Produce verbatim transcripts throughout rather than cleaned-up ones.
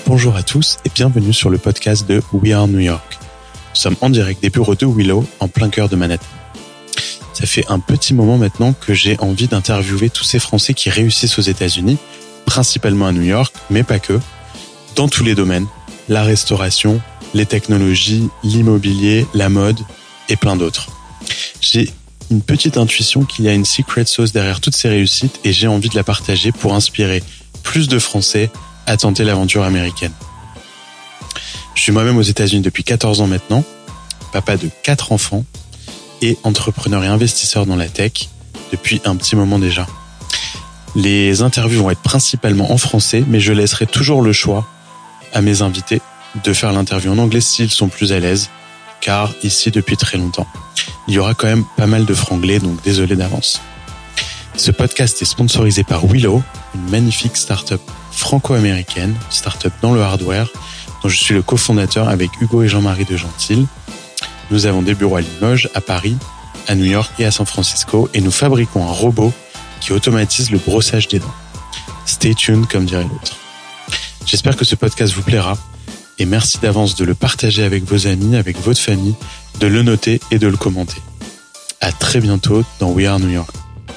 Bonjour à tous et bienvenue sur le podcast de We Are New York. Nous sommes en direct des bureaux de Willow, en plein cœur de Manhattan. Ça fait un petit moment maintenant que j'ai envie d'interviewer tous ces Français qui réussissent aux États-Unis, principalement à New York, mais pas que, dans tous les domaines, la restauration, les technologies, l'immobilier, la mode et plein d'autres. J'ai une petite intuition qu'il y a une secret sauce derrière toutes ces réussites et j'ai envie de la partager pour inspirer plus de Français à tenter l'aventure américaine. Je suis moi-même aux États-Unis depuis quatorze ans maintenant, papa de quatre enfants et entrepreneur et investisseur dans la tech depuis un petit moment déjà. Les interviews vont être principalement en français, mais je laisserai toujours le choix à mes invités de faire l'interview en anglais s'ils sont plus à l'aise, car ici depuis très longtemps, il y aura quand même pas mal de franglais, donc désolé d'avance. Ce podcast est sponsorisé par Willow, une magnifique start-up franco-américaine, start-up dans le hardware, dont je suis le cofondateur avec Hugo et Jean-Marie de Gentil. Nous avons des bureaux à Limoges, à Paris, à New York et à San Francisco, et nous fabriquons un robot qui automatise le brossage des dents. Stay tuned, comme dirait l'autre. J'espère que ce podcast vous plaira, et merci d'avance de le partager avec vos amis, avec votre famille, de le noter et de le commenter. À très bientôt dans We Are New York.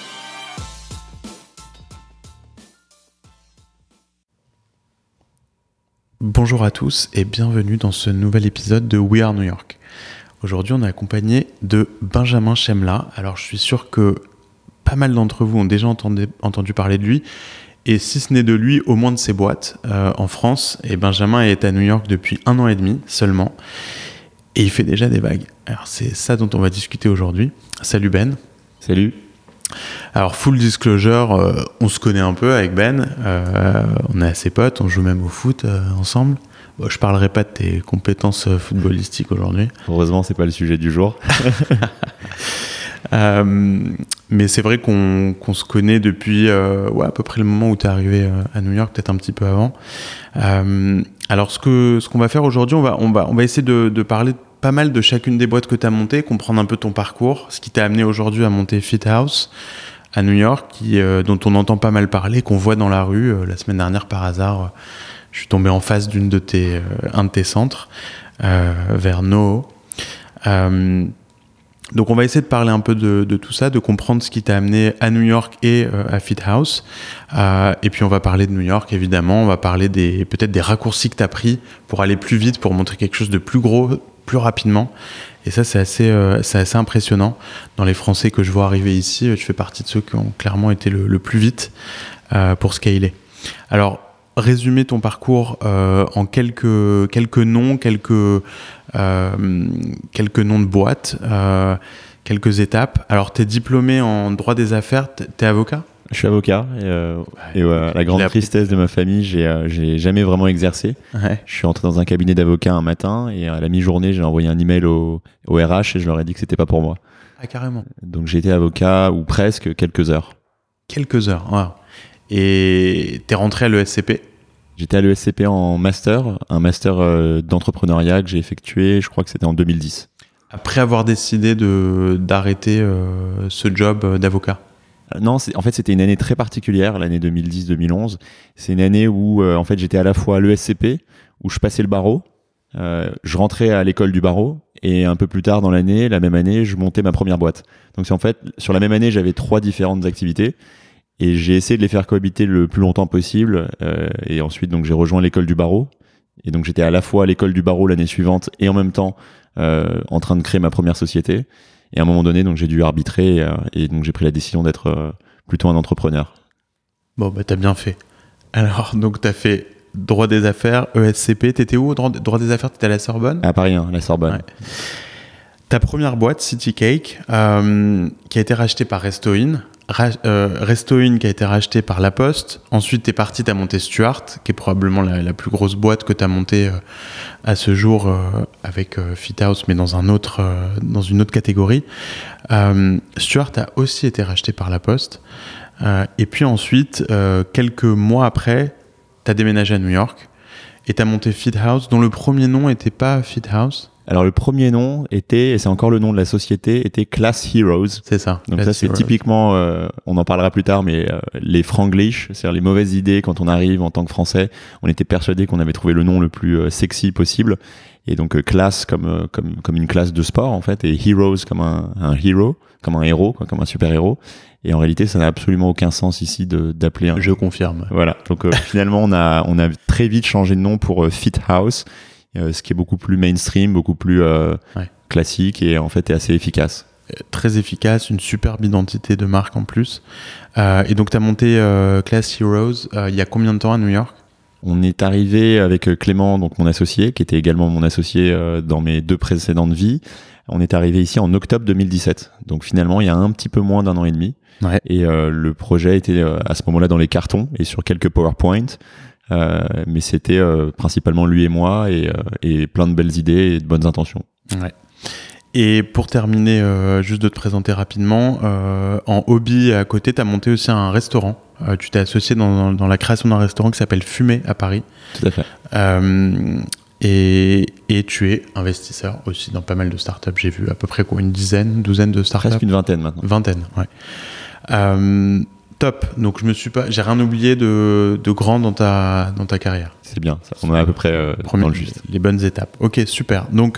Bonjour à tous et bienvenue dans ce nouvel épisode de We Are New York. Aujourd'hui, on est accompagné de Benjamin Chemla. Alors, je suis sûr que pas mal d'entre vous ont déjà entendu, entendu parler de lui. Et si ce n'est de lui, au moins de ses boîtes euh, en France. Et Benjamin est à New York depuis un an et demi seulement. Et il fait déjà des vagues. Alors, c'est ça dont on va discuter aujourd'hui. Salut Ben. Salut. Alors, full disclosure, euh, on se connaît un peu avec Ben. Euh, on est assez potes, on joue même au foot euh, ensemble. Bon, je parlerai pas de tes compétences footballistiques aujourd'hui. Heureusement, c'est pas le sujet du jour. euh, mais c'est vrai qu'on, qu'on se connaît depuis euh, ouais, à peu près le moment où tu es arrivé à New York, peut-être un petit peu avant. Euh, alors, ce, que, ce qu'on va faire aujourd'hui, on va, on va, on va essayer de, de parler pas mal de chacune des boîtes que tu as montées, comprendre un peu ton parcours, ce qui t'a amené aujourd'hui à monter FitHouse à New York, qui, euh, dont on entend pas mal parler, qu'on voit dans la rue. Euh, la semaine dernière, par hasard, euh, je suis tombé en face d'une de tes, euh, un de tes centres, euh, vers NoHo. Euh, donc on va essayer de parler un peu de, de tout ça, de comprendre ce qui t'a amené à New York et euh, à FitHouse. Euh, et puis on va parler de New York, évidemment. On va parler des, peut-être des raccourcis que t'as pris pour aller plus vite, pour montrer quelque chose de plus gros, plus rapidement. Et ça, c'est assez, euh, c'est assez impressionnant. Dans les Français que je vois arriver ici, tu fais partie de ceux qui ont clairement été le, le plus vite euh, pour scaler. Alors, résumer ton parcours euh, en quelques, quelques noms, quelques, euh, quelques noms de boîtes, euh, quelques étapes. Alors, tu es diplômé en droit des affaires, tu es avocat ? Je suis avocat et, euh, ouais, et ouais, la grande tristesse de ma famille, j'ai, euh, j'ai jamais vraiment exercé. Ouais. Je suis entré dans un cabinet d'avocat un matin et à la mi-journée, j'ai envoyé un email au, au R H et je leur ai dit que c'était pas pour moi. Ah, carrément. Donc j'ai été avocat ou presque quelques heures. Quelques heures, wow. Et t'es rentré à l'E S C P ? J'étais à l'E S C P en master, un master euh, d'entrepreneuriat que j'ai effectué, je crois que c'était en deux mille dix. Après avoir décidé de, d'arrêter euh, ce job d'avocat ? Non, c'est, en fait, c'était une année très particulière, l'année deux mille dix deux mille onze. C'est une année où, euh, en fait, j'étais à la fois à l'E S C P, où je passais le barreau, euh, je rentrais à l'école du barreau, et un peu plus tard dans l'année, la même année, je montais ma première boîte. Donc, c'est en fait, sur la même année, j'avais trois différentes activités, et j'ai essayé de les faire cohabiter le plus longtemps possible, euh, et ensuite, donc, j'ai rejoint l'école du barreau, et donc, j'étais à la fois à l'école du barreau l'année suivante, et en même temps, euh, en train de créer ma première société. Et à un moment donné, donc j'ai dû arbitrer et, euh, et donc j'ai pris la décision d'être euh, plutôt un entrepreneur. Bon, bah t'as bien fait. Alors, donc t'as fait droit des affaires, E S C P. T'étais où, droit, droit des affaires? T'étais à la Sorbonne? À Paris, hein, la Sorbonne. Ouais. Ta première boîte, City Cake, euh, qui a été rachetée par Resto-In. Ra- euh, Resto-In qui a été racheté par La Poste. Ensuite, t'es parti, t'as monté Stuart, qui est probablement la, la plus grosse boîte que t'as montée euh, à ce jour euh, avec euh, FitHouse, mais dans un autre, euh, dans une autre catégorie. Euh, Stuart a aussi été racheté par La Poste. Euh, et puis ensuite, euh, quelques mois après, t'as déménagé à New York et t'as monté FitHouse, dont le premier nom n'était pas FitHouse. Alors le premier nom était, et c'est encore le nom de la société, était Class Heroes. C'est ça. Donc Class ça c'est Heroes. typiquement, euh, on en parlera plus tard, mais euh, les franglish, c'est-à-dire les mauvaises idées quand on arrive en tant que Français. On était persuadé qu'on avait trouvé le nom le plus euh, sexy possible. Et donc euh, class comme euh, comme comme une classe de sport en fait, et heroes comme un, un hero, comme un héros, quoi, comme un super héros. Et en réalité, ça n'a absolument aucun sens ici de d'appeler un. Je confirme. Voilà. Donc euh, finalement, on a on a très vite changé de nom pour euh, Fit House, euh, ce qui est beaucoup plus mainstream, beaucoup plus euh, ouais. classique et en fait est assez efficace. Très efficace, une superbe identité de marque en plus. Euh, et donc, tu as monté euh, Class Heroes euh, il y a combien de temps à New York ? On est arrivé avec Clément, donc mon associé, qui était également mon associé euh, dans mes deux précédentes vies. On est arrivé ici en octobre deux mille dix-sept. Donc finalement, il y a un petit peu moins d'un an et demi. Ouais. Et euh, le projet était euh, à ce moment-là dans les cartons et sur quelques PowerPoint. Euh, mais c'était euh, principalement lui et moi et, euh, et plein de belles idées et de bonnes intentions. Ouais. Et pour terminer, euh, juste de te présenter rapidement, euh, en hobby à côté, tu as monté aussi un restaurant. Euh, tu t'es associé dans, dans, dans la création d'un restaurant qui s'appelle Fumée à Paris. Tout à fait. Euh, et, et tu es investisseur aussi dans pas mal de startups. J'ai vu à peu près quoi, une dizaine, douzaine de startups. Presque une vingtaine maintenant. Vingtaine, ouais. Euh, top. Donc je me suis pas, j'ai rien oublié de, de grand dans ta, dans ta carrière. C'est bien. Ça. On est à peu près euh, Premier, dans le juste. Les bonnes étapes. Ok, super. Donc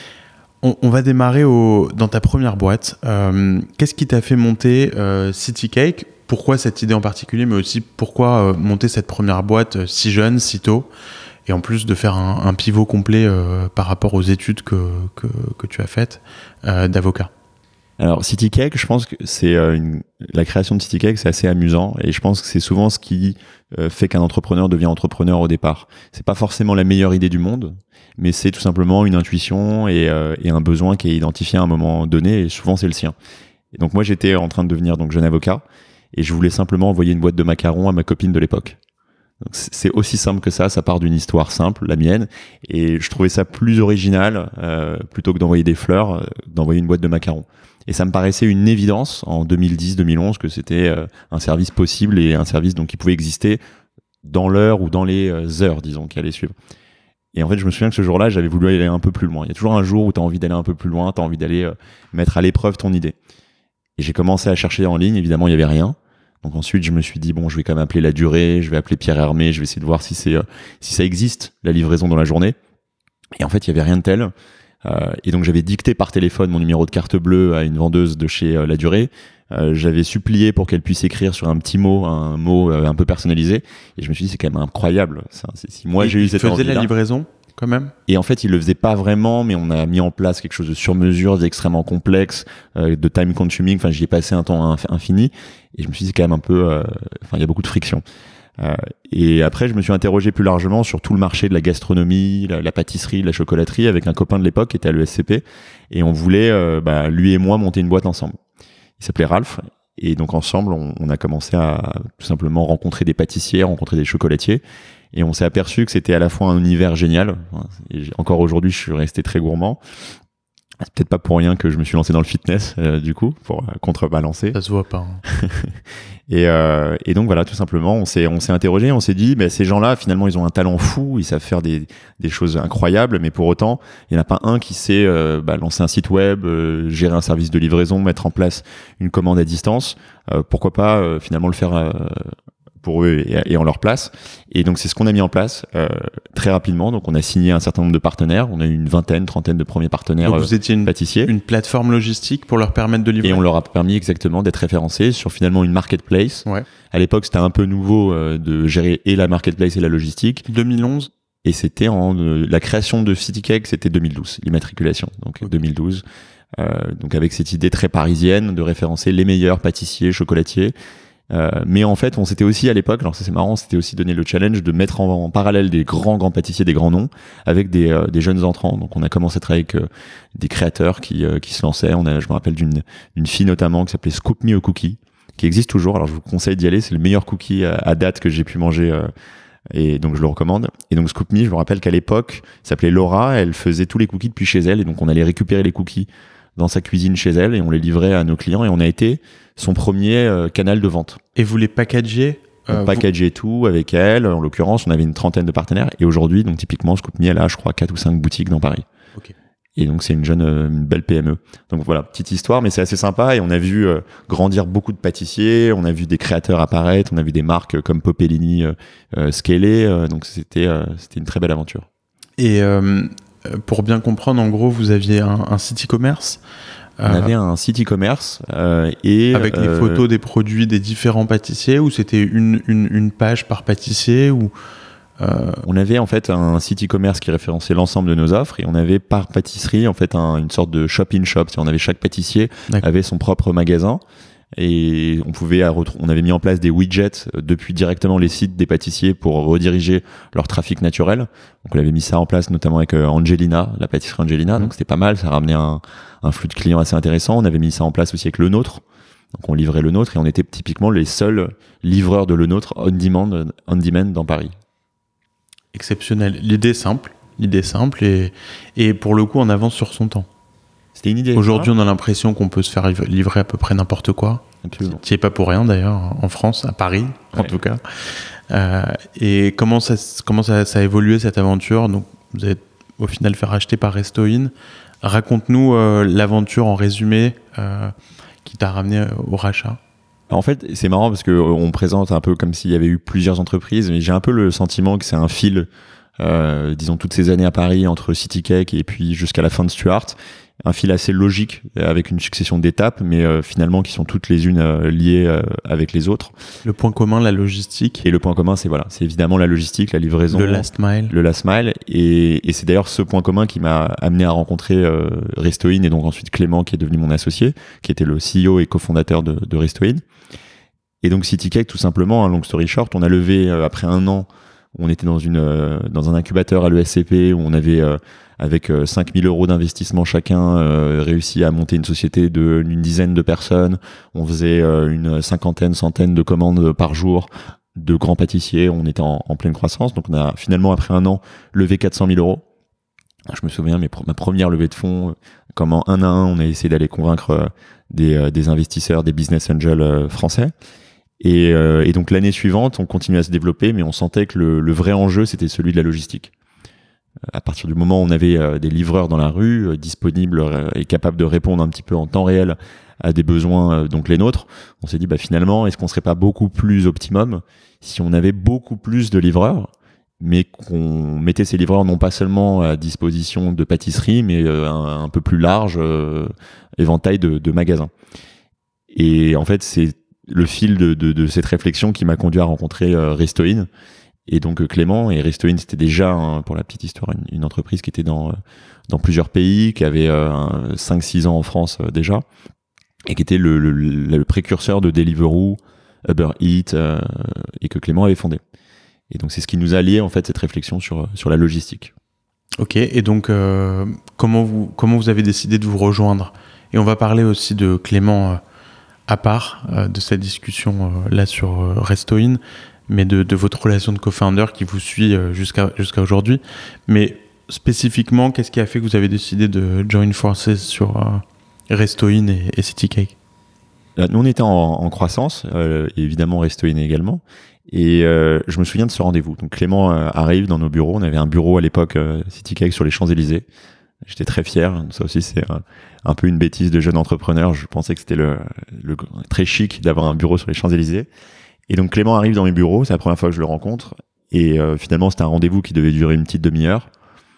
on, on va démarrer au, dans ta première boîte. Euh, qu'est-ce qui t'a fait monter euh, City Cake ? Pourquoi cette idée en particulier, mais aussi pourquoi euh, monter cette première boîte euh, si jeune, si tôt, et en plus de faire un, un pivot complet euh, par rapport aux études que, que, que tu as faites euh, d'avocat. Alors City Cake, je pense que c'est euh, une... la création de City Cake, c'est assez amusant et je pense que c'est souvent ce qui euh, fait qu'un entrepreneur devient entrepreneur au départ. C'est pas forcément la meilleure idée du monde, mais c'est tout simplement une intuition et, euh, et un besoin qui est identifié à un moment donné et souvent c'est le sien. Et donc moi j'étais en train de devenir donc jeune avocat. Et je voulais simplement envoyer une boîte de macarons à ma copine de l'époque. Donc c'est aussi simple que ça, ça part d'une histoire simple, la mienne, et je trouvais ça plus original, euh, plutôt que d'envoyer des fleurs, euh, d'envoyer une boîte de macarons. Et ça me paraissait une évidence en deux mille dix deux mille onze que c'était euh, un service possible et un service donc qui pouvait exister dans l'heure ou dans les heures, disons, qui allaient suivre. Et en fait, je me souviens que ce jour-là, j'avais voulu aller un peu plus loin. Il y a toujours un jour où tu as envie d'aller un peu plus loin, tu as envie d'aller euh, mettre à l'épreuve ton idée. Et j'ai commencé à chercher en ligne, évidemment, il y avait rien. Donc ensuite, je me suis dit, bon, je vais quand même appeler La Durée, je vais appeler Pierre Hermé, je vais essayer de voir si c'est euh, si ça existe, la livraison dans la journée. Et en fait, il y avait rien de tel. Euh, et donc, j'avais dicté par téléphone mon numéro de carte bleue à une vendeuse de chez euh, La Durée. Euh, j'avais supplié pour qu'elle puisse écrire sur un petit mot, un mot euh, un peu personnalisé. Et je me suis dit, c'est quand même incroyable. Ça, c'est, si moi, et j'ai eu cette envie-là. Tu faisais la livraison quand même ? Et en fait, il le faisait pas vraiment, mais on a mis en place quelque chose de sur mesure, d'extrêmement complexe, euh, de time consuming. Enfin, j'y ai passé un temps inf- infini. Et je me suis dit, c'est quand même un peu... Euh, enfin, il y a beaucoup de friction. Euh, et après, je me suis interrogé plus largement sur tout le marché de la gastronomie, la, la pâtisserie, la chocolaterie, avec un copain de l'époque qui était à l'E S C P. Et on voulait, euh, bah, lui et moi, monter une boîte ensemble. Il s'appelait Ralph. Et donc, ensemble, on, on a commencé à tout simplement rencontrer des pâtissiers, rencontrer des chocolatiers. Et on s'est aperçu que c'était à la fois un univers génial. Et encore aujourd'hui, je suis resté très gourmand. C'est peut-être pas pour rien que je me suis lancé dans le fitness, euh, du coup, pour euh, contrebalancer. Ça se voit pas. Hein. et, euh, et donc voilà, tout simplement, on s'est, on s'est interrogé, on s'est dit, bah, ces gens-là, finalement, ils ont un talent fou, ils savent faire des, des choses incroyables, mais pour autant, il n'y en a pas un qui sait euh, bah, lancer un site web, euh, gérer un service de livraison, mettre en place une commande à distance. Euh, pourquoi pas euh, finalement le faire euh, pour eux et, et en leur place. Et donc c'est ce qu'on a mis en place euh, très rapidement. Donc on a signé un certain nombre de partenaires. On a eu une vingtaine, trentaine de premiers partenaires donc vous euh, étiez une, pâtissiers. Une plateforme logistique pour leur permettre de livrer. Et on leur a permis exactement d'être référencés sur finalement une marketplace. Ouais. À l'époque, c'était un peu nouveau euh, de gérer et la marketplace et la logistique. deux mille onze. Et c'était en euh, la création de City Cake, c'était deux mille douze, l'immatriculation. Donc okay. deux mille douze. Euh, donc avec cette idée très parisienne de référencer les meilleurs pâtissiers, chocolatiers. Euh, mais en fait, on s'était aussi à l'époque, alors ça c'est marrant, on s'était aussi donné le challenge de mettre en, en parallèle des grands grands pâtissiers, des grands noms, avec des, euh, des jeunes entrants. Donc on a commencé à travailler avec euh, des créateurs qui, euh, qui se lançaient. On a, je me rappelle d'une, d'une fille notamment qui s'appelait Scoop Me a Cookie, qui existe toujours. Alors je vous conseille d'y aller, c'est le meilleur cookie à, à date que j'ai pu manger. Euh, Et donc je le recommande. Et donc Scoop Me, je me rappelle qu'à l'époque, s'appelait Laura, elle faisait tous les cookies depuis chez elle, et donc on allait récupérer les cookies dans sa cuisine chez elle et on les livrait à nos clients et on a été son premier euh, canal de vente. Et vous les packagez euh, On packageait vous... tout avec elle. En l'occurrence, on avait une trentaine de partenaires et aujourd'hui, donc typiquement, Scoop Me, elle a, je crois, quatre ou cinq boutiques dans Paris. Okay. Et donc c'est une jeune, une belle P M E. Donc voilà, petite histoire, mais c'est assez sympa. Et on a vu euh, grandir beaucoup de pâtissiers, on a vu des créateurs apparaître, on a vu des marques comme Popellini euh, euh, scaler. Euh, donc c'était euh, c'était une très belle aventure. Et euh, pour bien comprendre, en gros, vous aviez un, un site e-commerce. On euh, avait un site e-commerce euh, et avec les euh, photos des produits des différents pâtissiers, ou c'était une, une, une page par pâtissier ou Euh... On avait en fait un site e-commerce qui référençait l'ensemble de nos offres et on avait par pâtisserie en fait un, une sorte de shop in shop. On avait chaque pâtissier D'accord. avait son propre magasin et on pouvait on avait mis en place des widgets depuis directement les sites des pâtissiers pour rediriger leur trafic naturel. Donc on avait mis ça en place notamment avec Angelina, la pâtisserie Angelina. Mmh. Donc c'était pas mal, ça ramenait un, un flux de clients assez intéressant. On avait mis ça en place aussi avec Le Nôtre. Donc on livrait Le Nôtre et on était typiquement les seuls livreurs de Le Nôtre on demand, on demand dans Paris. Exceptionnel. L'idée simple, l'idée simple et, et pour le coup en avance sur son temps. C'était une idée. Aujourd'hui, on a l'impression qu'on peut se faire livrer à peu près n'importe quoi. Absolument. Tu n'y es pas pour rien d'ailleurs, en France, à Paris en ouais. tout cas. Euh, et comment ça, comment ça, ça a évolué cette aventure? Donc, vous avez au final fait racheter par Resto-In. Raconte-nous euh, l'aventure en résumé euh, qui t'a ramené au rachat. En fait, c'est marrant parce qu'on présente un peu comme s'il y avait eu plusieurs entreprises, mais j'ai un peu le sentiment que c'est un fil, euh, disons toutes ces années à Paris, entre City Cake et puis jusqu'à la fin de Stuart, un fil assez logique avec une succession d'étapes, mais euh, finalement qui sont toutes les unes euh, liées euh, avec les autres. Le point commun, la logistique. Et le point commun, c'est voilà, c'est évidemment la logistique, la livraison. Le last mile. Le last mile. Et, et c'est d'ailleurs ce point commun qui m'a amené à rencontrer euh, Resto-In et donc ensuite Clément, qui est devenu mon associé, qui était le C E O et cofondateur de, de Resto-In. Et donc City Cake, tout simplement, hein, long story short, on a levé euh, après un an, on était dans une euh, dans un incubateur à l'E S C P où on avait euh, avec euh, cinq mille euros d'investissement chacun euh, réussi à monter une société de d'une dizaine de personnes. On faisait euh, une cinquantaine, centaine de commandes par jour de grands pâtissiers. On était en, en pleine croissance, donc on a finalement après un an levé quatre cent mille euros. Je me souviens, mes, ma première levée de fonds, comment un à un, on a essayé d'aller convaincre euh, des, euh, des investisseurs, des business angels euh, français. Et, euh, et donc l'année suivante, on continuait à se développer, mais on sentait que le, le vrai enjeu, c'était celui de la logistique. À partir du moment où on avait euh, des livreurs dans la rue, euh, disponibles euh, et capables de répondre un petit peu en temps réel à des besoins, euh, donc les nôtres, on s'est dit, bah finalement, est-ce qu'on serait pas beaucoup plus optimum si on avait beaucoup plus de livreurs, mais qu'on mettait ces livreurs non pas seulement à disposition de pâtisseries, mais euh, un, un peu plus large euh, éventail de, de magasins. Et en fait, c'est le fil de, de, de cette réflexion qui m'a conduit à rencontrer euh, Resto-In et donc euh, Clément. Et Resto-In, c'était déjà, hein, pour la petite histoire, une, une entreprise qui était dans, euh, dans plusieurs pays, qui avait euh, cinq six ans en France euh, déjà, et qui était le, le, le précurseur de Deliveroo, Uber Eats, euh, et que Clément avait fondé. Et donc c'est ce qui nous a lié en fait cette réflexion sur, sur la logistique. Ok, et donc euh, comment, vous, comment vous avez décidé de vous rejoindre? Et on va parler aussi de Clément euh, à part euh, de cette discussion euh, là sur euh, Resto-In, mais de, de votre relation de co-founder qui vous suit euh, jusqu'à, jusqu'à aujourd'hui. Mais spécifiquement, qu'est-ce qui a fait que vous avez décidé de join forces sur euh, Resto-In et, et City Cake? Nous, on était en, en croissance, euh, et évidemment Resto-In également. Et euh, je me souviens de ce rendez-vous. Donc Clément euh, arrive dans nos bureaux. On avait un bureau à l'époque, euh, City Cake, sur les Champs-Élysées. J'étais très fier. Ça aussi, c'est un, un peu une bêtise de jeune entrepreneur. Je pensais que c'était le, le très chic d'avoir un bureau sur les Champs-Élysées. Et donc Clément arrive dans mes bureaux. C'est la première fois que je le rencontre. Et euh, finalement, c'était un rendez-vous qui devait durer une petite demi-heure.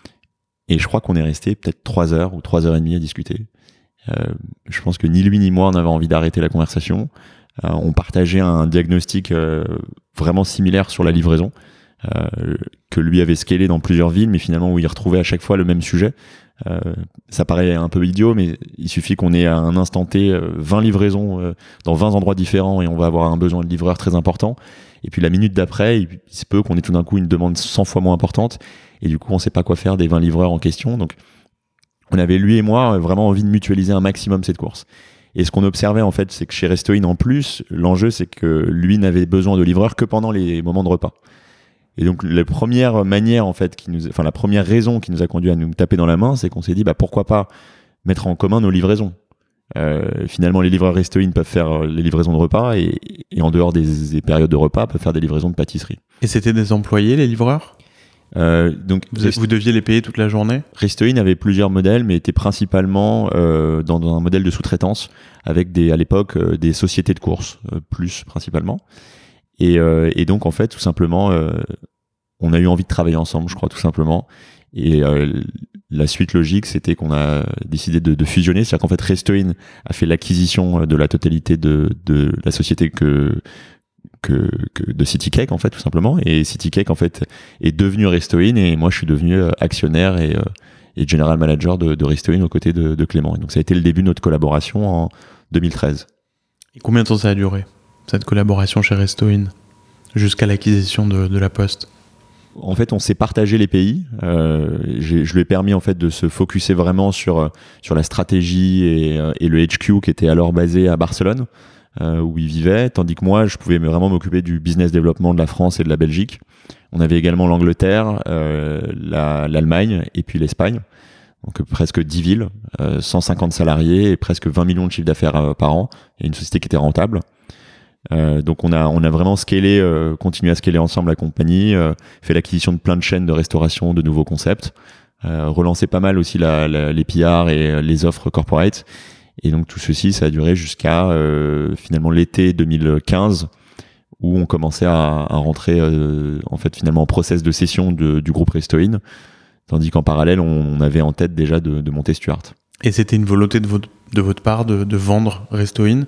Et je crois qu'on est resté peut-être trois heures ou trois heures et demie à discuter. Euh, je pense que ni lui ni moi on avait envie d'arrêter la conversation. Euh, on partageait un diagnostic euh, vraiment similaire sur la livraison, euh, que lui avait scalé dans plusieurs villes, mais finalement où il retrouvait à chaque fois le même sujet. Euh, ça paraît un peu idiot, mais il suffit qu'on ait à un instant T euh, vingt livraisons euh, dans vingt endroits différents et on va avoir un besoin de livreur très important. Et puis la minute d'après, il, il se peut qu'on ait tout d'un coup une demande cent fois moins importante et du coup on sait pas quoi faire des vingt livreurs en question. Donc on avait, lui et moi, vraiment envie de mutualiser un maximum cette course. Et ce qu'on observait, en fait, c'est que chez Resto-In, en plus, l'enjeu, c'est que lui n'avait besoin de livreurs que pendant les moments de repas. Et donc, la première manière, en fait, qui nous, enfin, la première raison qui nous a conduit à nous taper dans la main, c'est qu'on s'est dit, bah, pourquoi pas mettre en commun nos livraisons. Euh, finalement, les livreurs Resto-In peuvent faire les livraisons de repas et, et en dehors des, des périodes de repas, peuvent faire des livraisons de pâtisserie. Et c'était des employés, les livreurs ? Euh, donc, vous, Rest- vous deviez les payer toute la journée? Resto-In avait plusieurs modèles, mais était principalement euh, dans, dans un modèle de sous-traitance avec des, à l'époque euh, des sociétés de courses, euh, plus principalement. Et, euh, et donc en fait, tout simplement, euh, on a eu envie de travailler ensemble, je crois, tout simplement. Et euh, la suite logique, c'était qu'on a décidé de, de fusionner, c'est-à-dire qu'en fait, Resto-In a fait l'acquisition de la totalité de, de la société que Que, que de CityCake en fait tout simplement, et CityCake en fait est devenu Resto-In et moi je suis devenu actionnaire et, et general manager de, de Resto-In aux côtés de, de Clément, et donc ça a été le début de notre collaboration en deux mille treize. Et combien de temps ça a duré cette collaboration chez Resto-In jusqu'à l'acquisition de, de la Poste? En fait on s'est partagé les pays, euh, j'ai, je lui ai permis en fait de se focuser vraiment sur, sur la stratégie et, et le H Q qui était alors basé à Barcelone, Euh, où il vivait, tandis que moi, je pouvais vraiment m'occuper du business développement de la France et de la Belgique. On avait également l'Angleterre, euh, la, l'Allemagne et puis l'Espagne. Donc presque dix villes, euh, cent cinquante salariés et presque vingt millions de chiffre d'affaires euh, par an, et une société qui était rentable. Euh, donc on a, on a vraiment scalé, euh, continué à scaler ensemble la compagnie, euh, fait l'acquisition de plein de chaînes de restauration, de nouveaux concepts, euh, relancé pas mal aussi la, la, les P R et les offres corporate. Et donc tout ceci, ça a duré jusqu'à euh, finalement l'été deux mille quinze, où on commençait à, à rentrer euh, en fait finalement en process de cession de, du groupe Resto-In, tandis qu'en parallèle, on, on avait en tête déjà de, de monter Stuart. Et c'était une volonté de votre, de votre part de, de vendre Resto-In?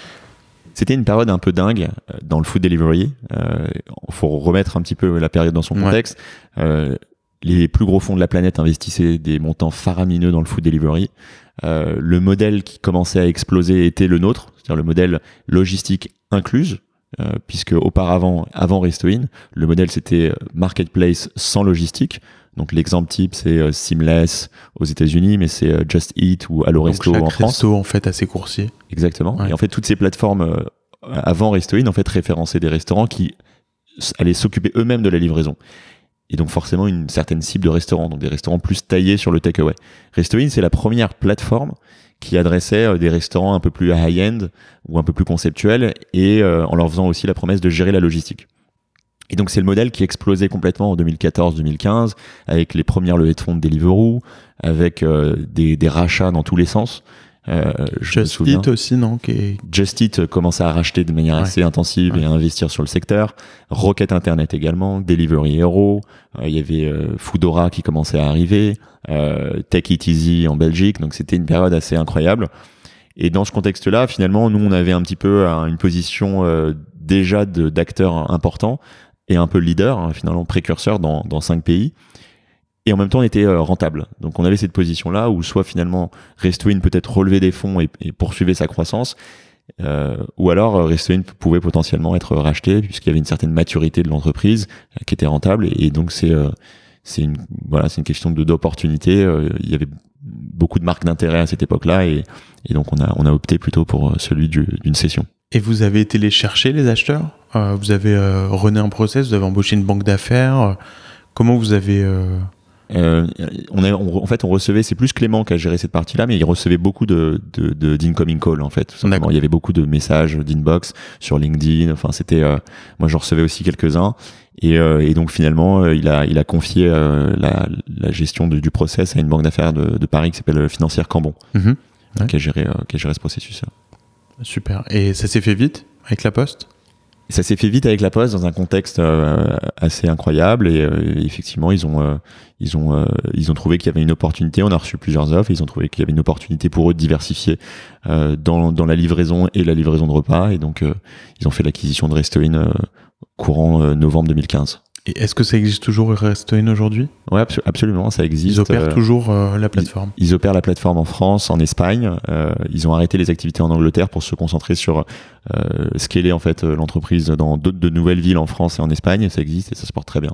C'était une période un peu dingue dans le food delivery. Il euh, faut remettre un petit peu la période dans son contexte. Ouais. Euh, les plus gros fonds de la planète investissaient des montants faramineux dans le food delivery. Euh, le modèle qui commençait à exploser était le nôtre, c'est-à-dire le modèle logistique incluse, euh, puisque auparavant, avant Resto-In, le modèle c'était marketplace sans logistique. Donc l'exemple type c'est euh, Seamless aux États-Unis, mais c'est euh, Just Eat ou Allo Resto en France. Resto en fait à ses coursiers. Exactement. Ouais. Et en fait toutes ces plateformes euh, avant Resto-In en fait référençaient des restaurants qui allaient s'occuper eux-mêmes de la livraison. Et donc forcément une certaine cible de restaurants, donc des restaurants plus taillés sur le takeaway. Resto-In, c'est la première plateforme qui adressait des restaurants un peu plus high-end ou un peu plus conceptuels, et euh, en leur faisant aussi la promesse de gérer la logistique. Et donc c'est le modèle qui explosait complètement en deux mille quatorze deux mille quinze, avec les premières levées de fonds de Deliveroo, avec euh, des, des rachats dans tous les sens. Euh, Just Eat aussi, non qui est... Just Eat commençait à racheter de manière ouais. assez intensive ouais. et à investir sur le secteur. Rocket Internet également, Delivery Hero, euh, il y avait euh, Foodora qui commençait à arriver, euh, Take It Easy en Belgique, donc c'était une période assez incroyable. Et dans ce contexte-là, finalement, nous on avait un petit peu euh, une position euh, déjà de, d'acteurs importants et un peu leader, hein, finalement précurseur dans, dans cinq pays. Et en même temps, on était euh, rentable. Donc, on avait cette position-là où soit finalement Resto-In peut-être relever des fonds et, et poursuivait sa croissance, euh, ou alors Resto-In pouvait potentiellement être racheté puisqu'il y avait une certaine maturité de l'entreprise euh, qui était rentable. Et, et donc, c'est euh, c'est une voilà, c'est une question de d'opportunité. Euh, il y avait beaucoup de marques d'intérêt à cette époque-là, et, et donc on a on a opté plutôt pour celui du, d'une cession. Et vous avez été les chercher, les acheteurs? euh, Vous avez euh, rené un process, vous avez embauché une banque d'affaires. Euh, comment vous avez euh... Euh, on a, on, en fait, on recevait, c'est plus Clément qui a géré cette partie-là, mais il recevait beaucoup de, de, de d'incoming call en fait. Tout simplement. Il y avait beaucoup de messages d'inbox sur LinkedIn. Enfin, c'était, euh, moi, j'en recevais aussi quelques-uns, et, euh, et donc finalement, euh, il a, il a confié euh, la, la gestion de, du process à une banque d'affaires de, de Paris qui s'appelle Financière Cambon, mmh. ouais. qui a géré, euh, qui a géré ce processus-là. Super. Et ça s'est fait vite avec la Poste? Ça s'est fait vite avec la Poste dans un contexte euh, assez incroyable, et euh, effectivement ils ont euh, ils ont euh, ils ont trouvé qu'il y avait une opportunité. On a reçu plusieurs offres, et ils ont trouvé qu'il y avait une opportunité pour eux de diversifier euh, dans dans la livraison et la livraison de repas, et donc euh, ils ont fait l'acquisition de Resto-In euh, courant euh, novembre deux mille quinze. Et est-ce que ça existe toujours Resto-In aujourd'hui? Ouais, abso- absolument, ça existe. Ils opèrent euh, toujours euh, la plateforme. Ils, ils opèrent la plateforme en France, en Espagne. Euh, ils ont arrêté les activités en Angleterre pour se concentrer sur euh, scaler en fait l'entreprise dans d'autres de nouvelles villes en France et en Espagne. Ça existe et ça se porte très bien.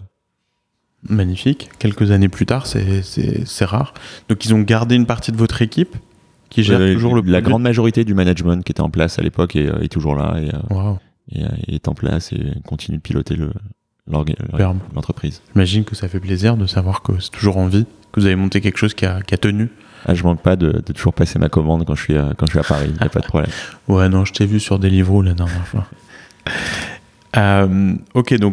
Magnifique. Quelques années plus tard, c'est c'est c'est rare. Donc ils ont gardé une partie de votre équipe qui gère euh, toujours le. La grande majorité du management qui était en place à l'époque est, est toujours là et, wow. et, et est en place et continue de piloter le. l'entreprise. J'imagine que ça fait plaisir de savoir que c'est toujours en vie, que vous avez monté quelque chose qui a, qui a tenu. Ah, je manque pas de, de toujours passer ma commande quand je suis à, quand je suis à Paris, il n'y a pas de problème. Ouais, non, je t'ai vu sur Deliveroo la dernière fois. euh, ok, donc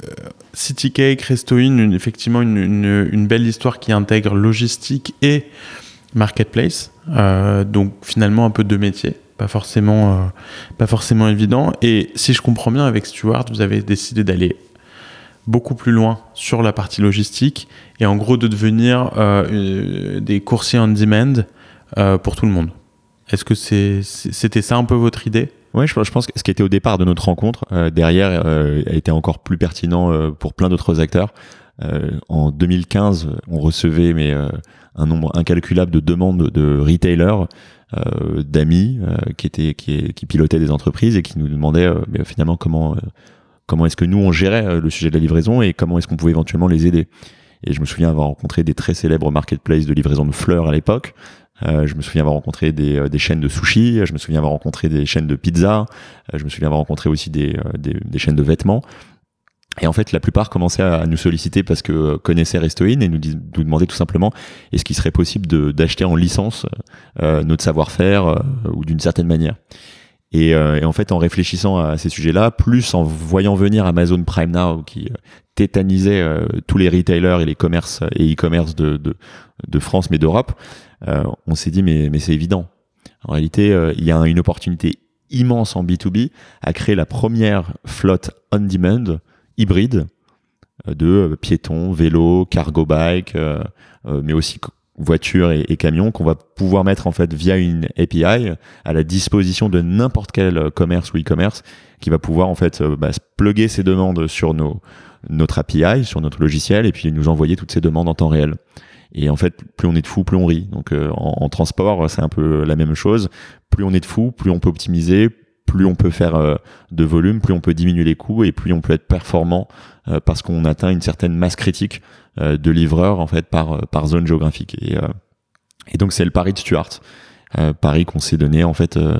City Cake, Resto Inn, une, effectivement une, une, une belle histoire qui intègre logistique et marketplace. Euh, donc finalement un peu de métier, pas forcément, euh, pas forcément évident. Et si je comprends bien, avec Stuart, vous avez décidé d'aller beaucoup plus loin sur la partie logistique et en gros de devenir euh, des coursiers on demand euh, pour tout le monde. Est-ce que c'est, c'était ça un peu votre idée ? Oui, je, je pense que ce qui était au départ de notre rencontre, euh, derrière, euh, a été encore plus pertinent euh, pour plein d'autres acteurs. Euh, en deux mille quinze, on recevait mais, euh, un nombre incalculable de demandes de retailers, euh, d'amis euh, qui, étaient, qui, qui pilotaient des entreprises et qui nous demandaient euh, mais finalement comment... Euh, comment est-ce que nous on gérait le sujet de la livraison et comment est-ce qu'on pouvait éventuellement les aider. Et je me souviens avoir rencontré des très célèbres marketplaces de livraison de fleurs à l'époque. Euh, je me souviens avoir rencontré des, euh, des chaînes de sushi. Je me souviens avoir rencontré des chaînes de pizza. Euh, je me souviens avoir rencontré aussi des, euh, des, des chaînes de vêtements. Et en fait, la plupart commençaient à, à nous solliciter parce que euh, connaissaient Resto Inn et nous, dis, nous demandaient tout simplement est-ce qu'il serait possible de, d'acheter en licence euh, notre savoir-faire euh, ou d'une certaine manière. Et, euh, et en fait, en réfléchissant à ces sujets-là, plus en voyant venir Amazon Prime Now qui euh, tétanisait euh, tous les retailers et les commerces et e-commerce de, de, de France mais d'Europe, euh, on s'est dit mais, mais c'est évident. En réalité, euh, il y a une opportunité immense en B deux B à créer la première flotte on-demand hybride euh, de piétons, vélos, cargo bike, euh, euh, mais aussi voitures et, et camions qu'on va pouvoir mettre en fait via une A P I à la disposition de n'importe quel commerce ou e-commerce qui va pouvoir en fait bah, plugger ses demandes sur nos, notre A P I, sur notre logiciel et puis nous envoyer toutes ces demandes en temps réel. Et en fait, plus on est de fous, plus on rit. Donc euh, en, en transport, c'est un peu la même chose. Plus on est de fous, plus on peut optimiser, plus on peut faire euh, de volume, plus on peut diminuer les coûts et plus on peut être performant euh, parce qu'on atteint une certaine masse critique euh, de livreurs en fait par par zone géographique. Et, euh, et donc c'est le pari de Stuart, euh, pari qu'on s'est donné en fait euh,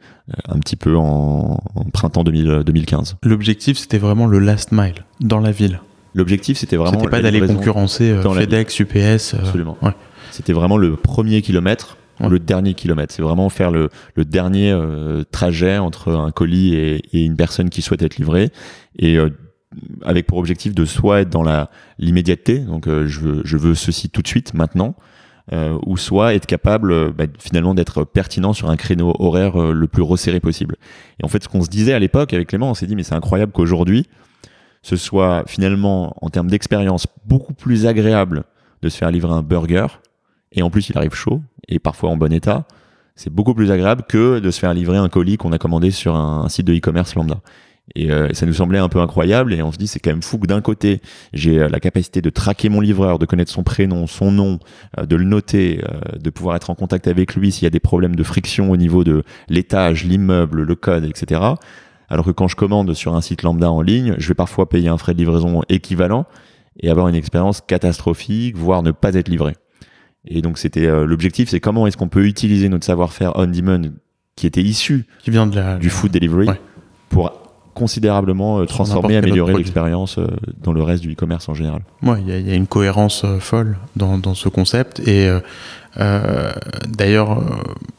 un petit peu en, en printemps deux mille, deux mille quinze. L'objectif c'était vraiment le last mile dans la ville. L'objectif c'était vraiment c'était pas d'aller concurrencer euh, FedEx, U P S. Euh, Absolument. Ouais. C'était vraiment le premier kilomètre. Ouais. Le dernier kilomètre, c'est vraiment faire le, le dernier euh, trajet entre un colis et, et une personne qui souhaite être livrée, et euh, avec pour objectif de soit être dans la l'immédiateté, donc euh, je veux je veux ceci tout de suite, maintenant, euh, ou soit être capable euh, bah, finalement d'être pertinent sur un créneau horaire euh, le plus resserré possible. Et en fait, ce qu'on se disait à l'époque avec Clément, on s'est dit mais c'est incroyable qu'aujourd'hui ce soit finalement en termes d'expérience beaucoup plus agréable de se faire livrer un burger. Et en plus, il arrive chaud et parfois en bon état. C'est beaucoup plus agréable que de se faire livrer un colis qu'on a commandé sur un, un site de e-commerce lambda. Et euh, ça nous semblait un peu incroyable et on se dit c'est quand même fou que d'un côté, j'ai euh, la capacité de traquer mon livreur, de connaître son prénom, son nom, euh, de le noter, euh, de pouvoir être en contact avec lui s'il y a des problèmes de friction au niveau de l'étage, l'immeuble, le code, et cetera. Alors que quand je commande sur un site lambda en ligne, je vais parfois payer un frais de livraison équivalent et avoir une expérience catastrophique, voire ne pas être livré. Et donc c'était euh, l'objectif, c'est comment est-ce qu'on peut utiliser notre savoir-faire on-demand qui était issu qui vient de la, du food delivery ouais. pour considérablement euh, transformer, améliorer l'expérience euh, dans le reste du e-commerce en général. Ouais, il y, y a une cohérence euh, folle dans, dans ce concept. Et euh, euh, d'ailleurs, euh,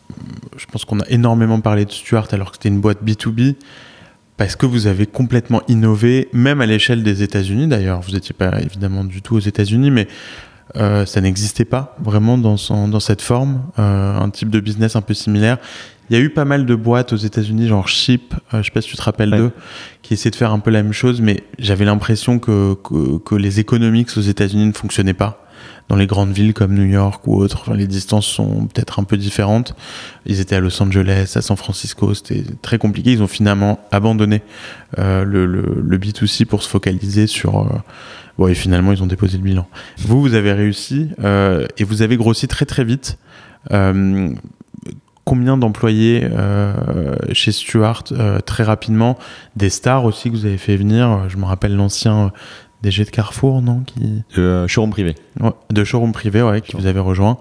je pense qu'on a énormément parlé de Stuart alors que c'était une boîte B deux B parce que vous avez complètement innové, même à l'échelle des États-Unis d'ailleurs. Vous n'étiez pas évidemment du tout aux États-Unis, mais Euh, ça n'existait pas vraiment dans, son, dans cette forme, euh, un type de business un peu similaire. Il y a eu pas mal de boîtes aux États-Unis, genre Sheep, euh, je sais pas si tu te rappelles ouais. d'eux, qui essaient de faire un peu la même chose, mais j'avais l'impression que, que, que les economics aux États-Unis ne fonctionnaient pas. Dans les grandes villes comme New York ou autres, enfin, les distances sont peut-être un peu différentes. Ils étaient à Los Angeles, à San Francisco, c'était très compliqué. Ils ont finalement abandonné euh, le, le, le B deux C pour se focaliser sur... Euh, Bon, et finalement, ils ont déposé le bilan. Vous, vous avez réussi euh, et vous avez grossi très très vite. Euh, combien d'employés euh, chez Stuart euh, très rapidement? Des stars aussi que vous avez fait venir. Je me rappelle l'ancien D G de Carrefour, non qui... De showroom privé. Ouais, de showroom privé, ouais, qui vous avez rejoint.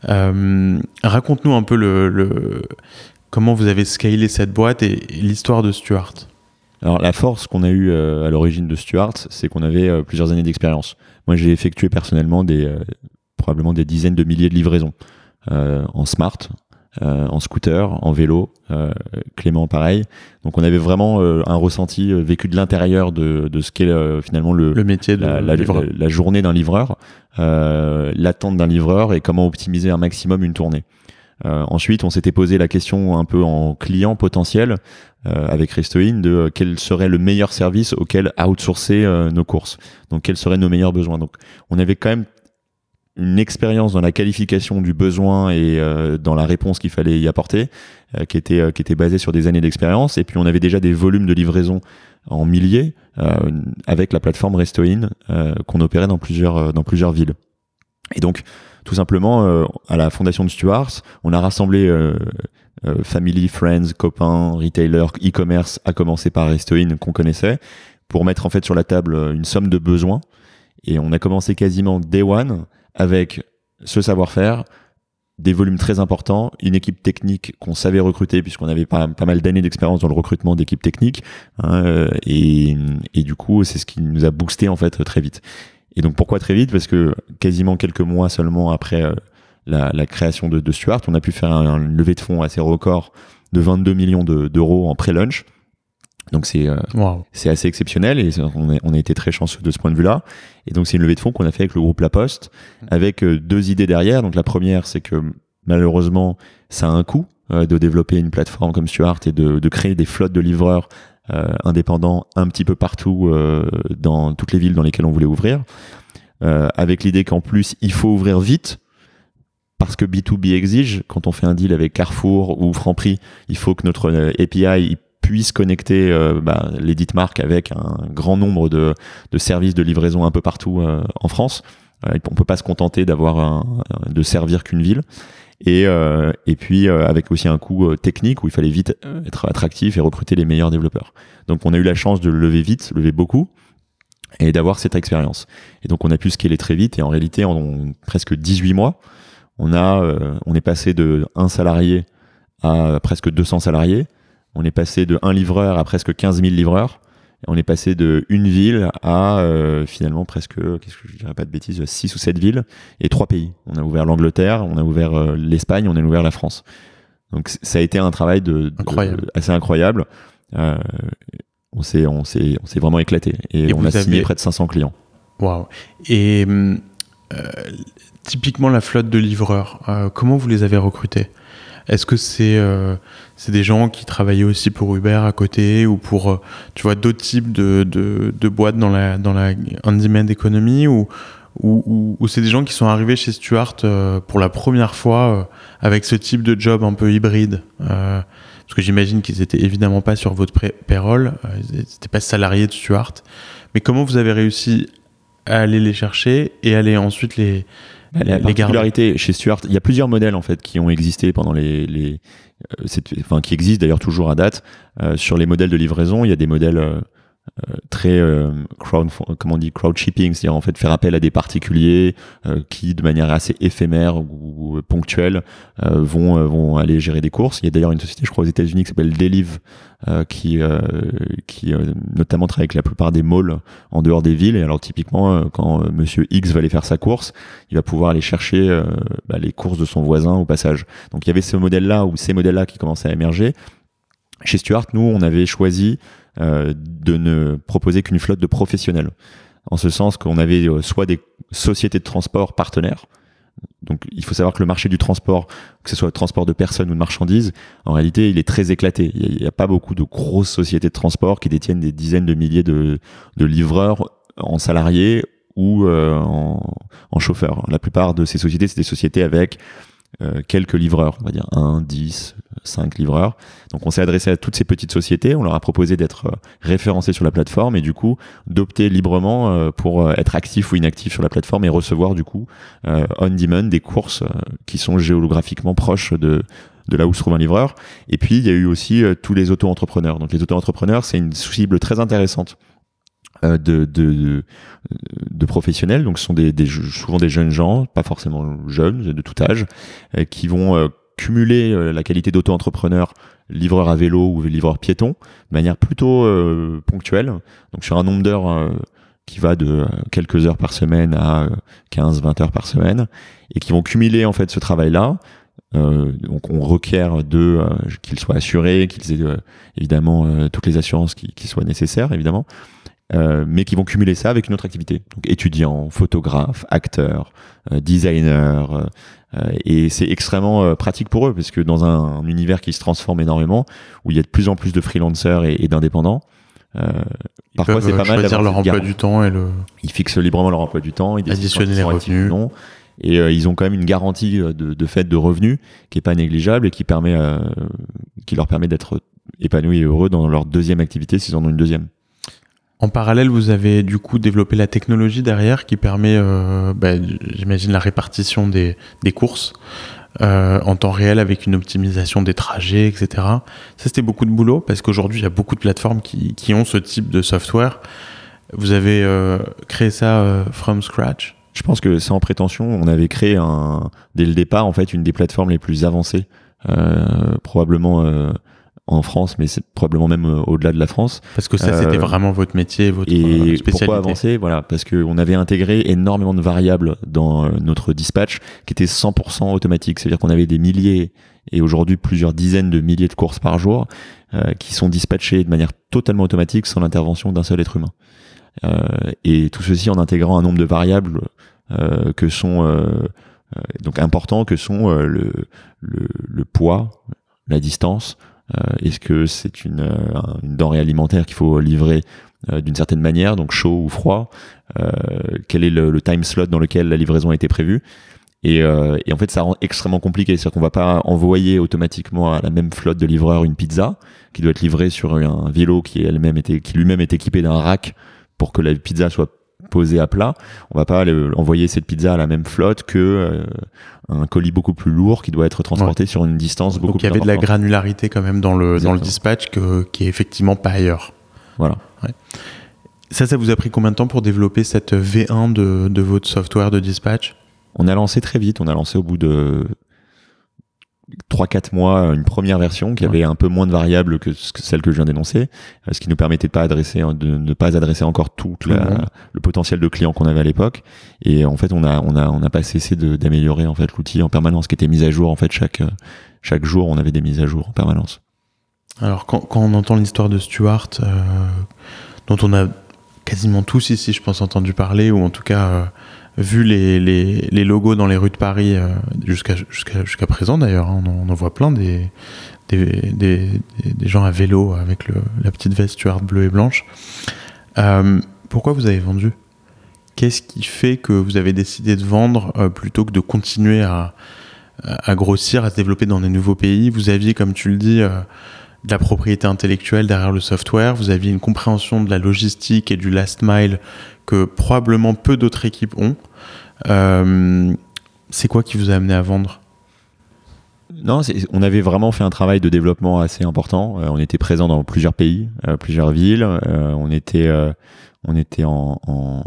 Euh, raconte-nous un peu le, le, comment vous avez scalé cette boîte et, et l'histoire de Stuart. Alors la force qu'on a eue euh, à l'origine de Stuart, c'est qu'on avait euh, plusieurs années d'expérience. Moi, j'ai effectué personnellement des euh, probablement des dizaines de milliers de livraisons euh, en smart, euh, en scooter, en vélo, euh, Clément pareil. Donc on avait vraiment euh, un ressenti euh, vécu de l'intérieur de, de ce qu'est euh, finalement le, le métier de la, la, livreur. la, la journée d'un livreur, euh, l'attente d'un livreur et comment optimiser un maximum une tournée. Euh, ensuite, on s'était posé la question un peu en client potentiel euh, avec Restoin de euh, quel serait le meilleur service auquel outsourcer euh, nos courses. Donc, quels seraient nos meilleurs besoins. Donc, on avait quand même une expérience dans la qualification du besoin et euh, dans la réponse qu'il fallait y apporter, euh, qui était euh, qui était basée sur des années d'expérience. Et puis, on avait déjà des volumes de livraison en milliers euh, avec la plateforme Restoin euh, qu'on opérait dans plusieurs euh, dans plusieurs villes. Et donc, tout simplement, euh, à la fondation de Stuart, on a rassemblé euh, euh, family, friends, copains, retailers, e-commerce, à commencer par Restoin qu'on connaissait, pour mettre en fait sur la table une somme de besoins. Et on a commencé quasiment day one avec ce savoir-faire, des volumes très importants, une équipe technique qu'on savait recruter puisqu'on avait pas, pas mal d'années d'expérience dans le recrutement d'équipes techniques. Hein, euh, et, et du coup, c'est ce qui nous a boosté en fait très vite. Et donc pourquoi très vite ? Parce que quasiment quelques mois seulement après euh, la, la création de, de Stuart, on a pu faire un, une levée de fonds assez record de vingt-deux millions de, d'euros en pré-launch. Donc c'est euh, wow. c'est assez exceptionnel et on a, on a été très chanceux de ce point de vue-là. Et donc c'est une levée de fonds qu'on a fait avec le groupe La Poste, avec euh, deux idées derrière. Donc la première, c'est que malheureusement, ça a un coût euh, de développer une plateforme comme Stuart et de, de créer des flottes de livreurs Euh, indépendant un petit peu partout euh, dans toutes les villes dans lesquelles on voulait ouvrir, euh, avec l'idée qu'en plus il faut ouvrir vite parce que B deux B exige, quand on fait un deal avec Carrefour ou Franprix, il faut que notre A P I puisse connecter euh, bah, les dites marques avec un grand nombre de, de services de livraison un peu partout euh, en France. Euh, on peut pas se contenter d'avoir un, de servir qu'une ville. Et, euh, et puis euh, avec aussi un coût euh, technique où il fallait vite euh, être attractif et recruter les meilleurs développeurs. Donc on a eu la chance de le lever vite, lever beaucoup et d'avoir cette expérience. Et donc on a pu scaler très vite et en réalité en, en presque dix-huit mois, on a euh, on est passé de un salarié à presque deux cents salariés, on est passé de un livreur à presque quinze mille livreurs. On est passé de une ville à euh, finalement presque, qu'est-ce que je dirais pas de bêtises, six ou sept villes et trois pays. On a ouvert l'Angleterre, on a ouvert euh, l'Espagne, on a ouvert la France. Donc ça a été un travail de, incroyable. de assez incroyable. Euh, on s'est on s'est on s'est vraiment éclaté et, et on a avez... signé près de cinq cents clients. Waouh. Et euh, typiquement la flotte de livreurs, euh, comment vous les avez recrutés ? Est-ce que c'est euh, c'est des gens qui travaillaient aussi pour Uber à côté ou pour euh, tu vois d'autres types de de, de boîtes dans la dans la on-demand economy ou ou, ou ou c'est des gens qui sont arrivés chez Stuart euh, pour la première fois euh, avec ce type de job un peu hybride euh, parce que j'imagine qu'ils étaient évidemment pas sur votre pré- payroll, euh, ils n'étaient pas salariés de Stuart. Mais comment vous avez réussi à aller les chercher et aller ensuite les La particularité chez Stuart, il y a plusieurs modèles en fait qui ont existé pendant les, les euh, cette, enfin qui existent d'ailleurs toujours à date. Euh, sur les modèles de livraison, il y a des modèles euh, euh, très euh, crowd, comment on dit, crowd shipping, c'est-à-dire en fait faire appel à des particuliers euh, qui, de manière assez éphémère ou, ou ponctuelle, euh, vont euh, vont aller gérer des courses. Il y a d'ailleurs une société, je crois, aux États-Unis qui s'appelle Deliv, euh, qui euh, qui euh, notamment travaille avec la plupart des malls en dehors des villes. Et alors typiquement, euh, quand euh, Monsieur X va aller faire sa course, il va pouvoir aller chercher euh, bah, les courses de son voisin au passage. Donc il y avait ce modèle-là ou ces modèles-là qui commençaient à émerger. Chez Stuart, nous, on avait choisi euh, de ne proposer qu'une flotte de professionnels. En ce sens qu'on avait euh, soit des sociétés de transport partenaires. Donc, il faut savoir que le marché du transport, que ce soit le transport de personnes ou de marchandises, en réalité, il est très éclaté. Il n'y a, a pas beaucoup de grosses sociétés de transport qui détiennent des dizaines de milliers de, de livreurs en salariés ou euh, en, en chauffeurs. La plupart de ces sociétés, c'est des sociétés avec euh, quelques livreurs, on va dire un, dix, cinq livreurs. Donc on s'est adressé à toutes ces petites sociétés, on leur a proposé d'être référencés sur la plateforme et du coup d'opter librement euh, pour être actifs ou inactifs sur la plateforme et recevoir du coup euh, on-demand des courses euh, qui sont géographiquiquement proches de de là où se trouve un livreur. Et puis il y a eu aussi euh, tous les auto-entrepreneurs. Donc les auto-entrepreneurs, c'est une cible très intéressante De, de, de, de professionnels, donc ce sont des, des, souvent des jeunes gens, pas forcément jeunes, de tout âge, euh, qui vont euh, cumuler euh, la qualité d'auto-entrepreneur, livreur à vélo ou livreur piéton, de manière plutôt euh, ponctuelle, donc sur un nombre d'heures euh, qui va de quelques heures par semaine à quinze vingt heures par semaine, et qui vont cumuler en fait ce travail-là, Euh, donc on requiert d'eux euh, qu'ils soient assurés, qu'ils aient euh, évidemment euh, toutes les assurances qui, qui soient nécessaires évidemment, euh, mais qui vont cumuler ça avec une autre activité. Donc étudiants, photographes, acteurs, euh, designers, euh, et c'est extrêmement euh, pratique pour eux parce que dans un, un univers qui se transforme énormément, où il y a de plus en plus de freelancers et, et d'indépendants, euh, parfois c'est pas mal choisir leur emploi du temps et le. Ils fixent librement leur emploi du temps, ils additionner les revenus. Non. Et euh, ils ont quand même une garantie de, de fait de revenus qui est pas négligeable et qui permet, euh, qui leur permet d'être épanouis et heureux dans leur deuxième activité s'ils en ont une deuxième. En parallèle, vous avez du coup développé la technologie derrière qui permet, euh, bah, j'imagine, la répartition des, des courses euh, en temps réel avec une optimisation des trajets, et cetera. Ça, c'était beaucoup de boulot parce qu'aujourd'hui, il y a beaucoup de plateformes qui, qui ont ce type de software. Vous avez euh, créé ça euh, from scratch ? Je pense que sans prétention, on avait créé un, dès le départ en fait une des plateformes les plus avancées, euh, probablement euh, en France, mais c'est probablement même euh, au-delà de la France. Parce que ça, euh, c'était vraiment votre métier, votre et spécialité. Pourquoi avancer ? Voilà, parce qu'on avait intégré énormément de variables dans euh, notre dispatch qui étaient cent pour cent automatiques. C'est-à-dire qu'on avait des milliers et aujourd'hui plusieurs dizaines de milliers de courses par jour euh, qui sont dispatchées de manière totalement automatique sans l'intervention d'un seul être humain. Euh, et tout ceci en intégrant un nombre de variables euh, que sont euh, euh, donc importants, que sont euh, le, le, le poids, la distance. Euh, est-ce que c'est une, euh, une denrée alimentaire qu'il faut livrer euh, d'une certaine manière, donc chaud ou froid, euh, quel est le, le time slot dans lequel la livraison a été prévue. Et, euh, et en fait, ça rend extrêmement compliqué. C'est-à-dire qu'on va pas envoyer automatiquement à la même flotte de livreurs une pizza qui doit être livrée sur un vélo qui elle-même était, qui lui-même est équipé d'un rack pour que la pizza soit posée à plat. On va pas le, envoyer cette pizza à la même flotte que euh, un colis beaucoup plus lourd qui doit être transporté ouais. sur une distance beaucoup Donc, plus importante. Donc il y avait de la granularité quand même dans le Exactement. dans le dispatch que, qui est effectivement pas ailleurs. Voilà. Ouais. Ça, ça vous a pris combien de temps pour développer cette V un de, de votre software de dispatch ? On a lancé très vite. On a lancé au bout de trois quatre mois une première version qui ouais. avait un peu moins de variables que celle que je viens d'énoncer, ce qui nous permettait de pas adresser de ne pas adresser encore tout, tout la, mmh. le potentiel de clients qu'on avait à l'époque. Et en fait on a on a on n'a pas cessé de, d'améliorer en fait l'outil en permanence, qui était mis à jour en fait chaque chaque jour. On avait des mises à jour en permanence. Alors quand quand on entend l'histoire de Stuart euh, dont on a quasiment tous ici je pense entendu parler, ou en tout cas euh, vu les, les, les logos dans les rues de Paris euh, jusqu'à, jusqu'à, jusqu'à présent d'ailleurs, hein, on, en, on en voit plein des, des, des, des gens à vélo avec le, la petite veste Stuart bleue et blanche. Euh, pourquoi vous avez vendu ? Qu'est-ce qui fait que vous avez décidé de vendre euh, plutôt que de continuer à, à grossir, à se développer dans des nouveaux pays ? Vous aviez, comme tu le dis, euh, de la propriété intellectuelle derrière le software, vous aviez une compréhension de la logistique et du last mile que probablement peu d'autres équipes ont. Euh, c'est quoi qui vous a amené à vendre ? Non, c'est, on avait vraiment fait un travail de développement assez important. Euh, on était présent dans plusieurs pays, euh, plusieurs villes. Euh, on était, euh, on était en, en,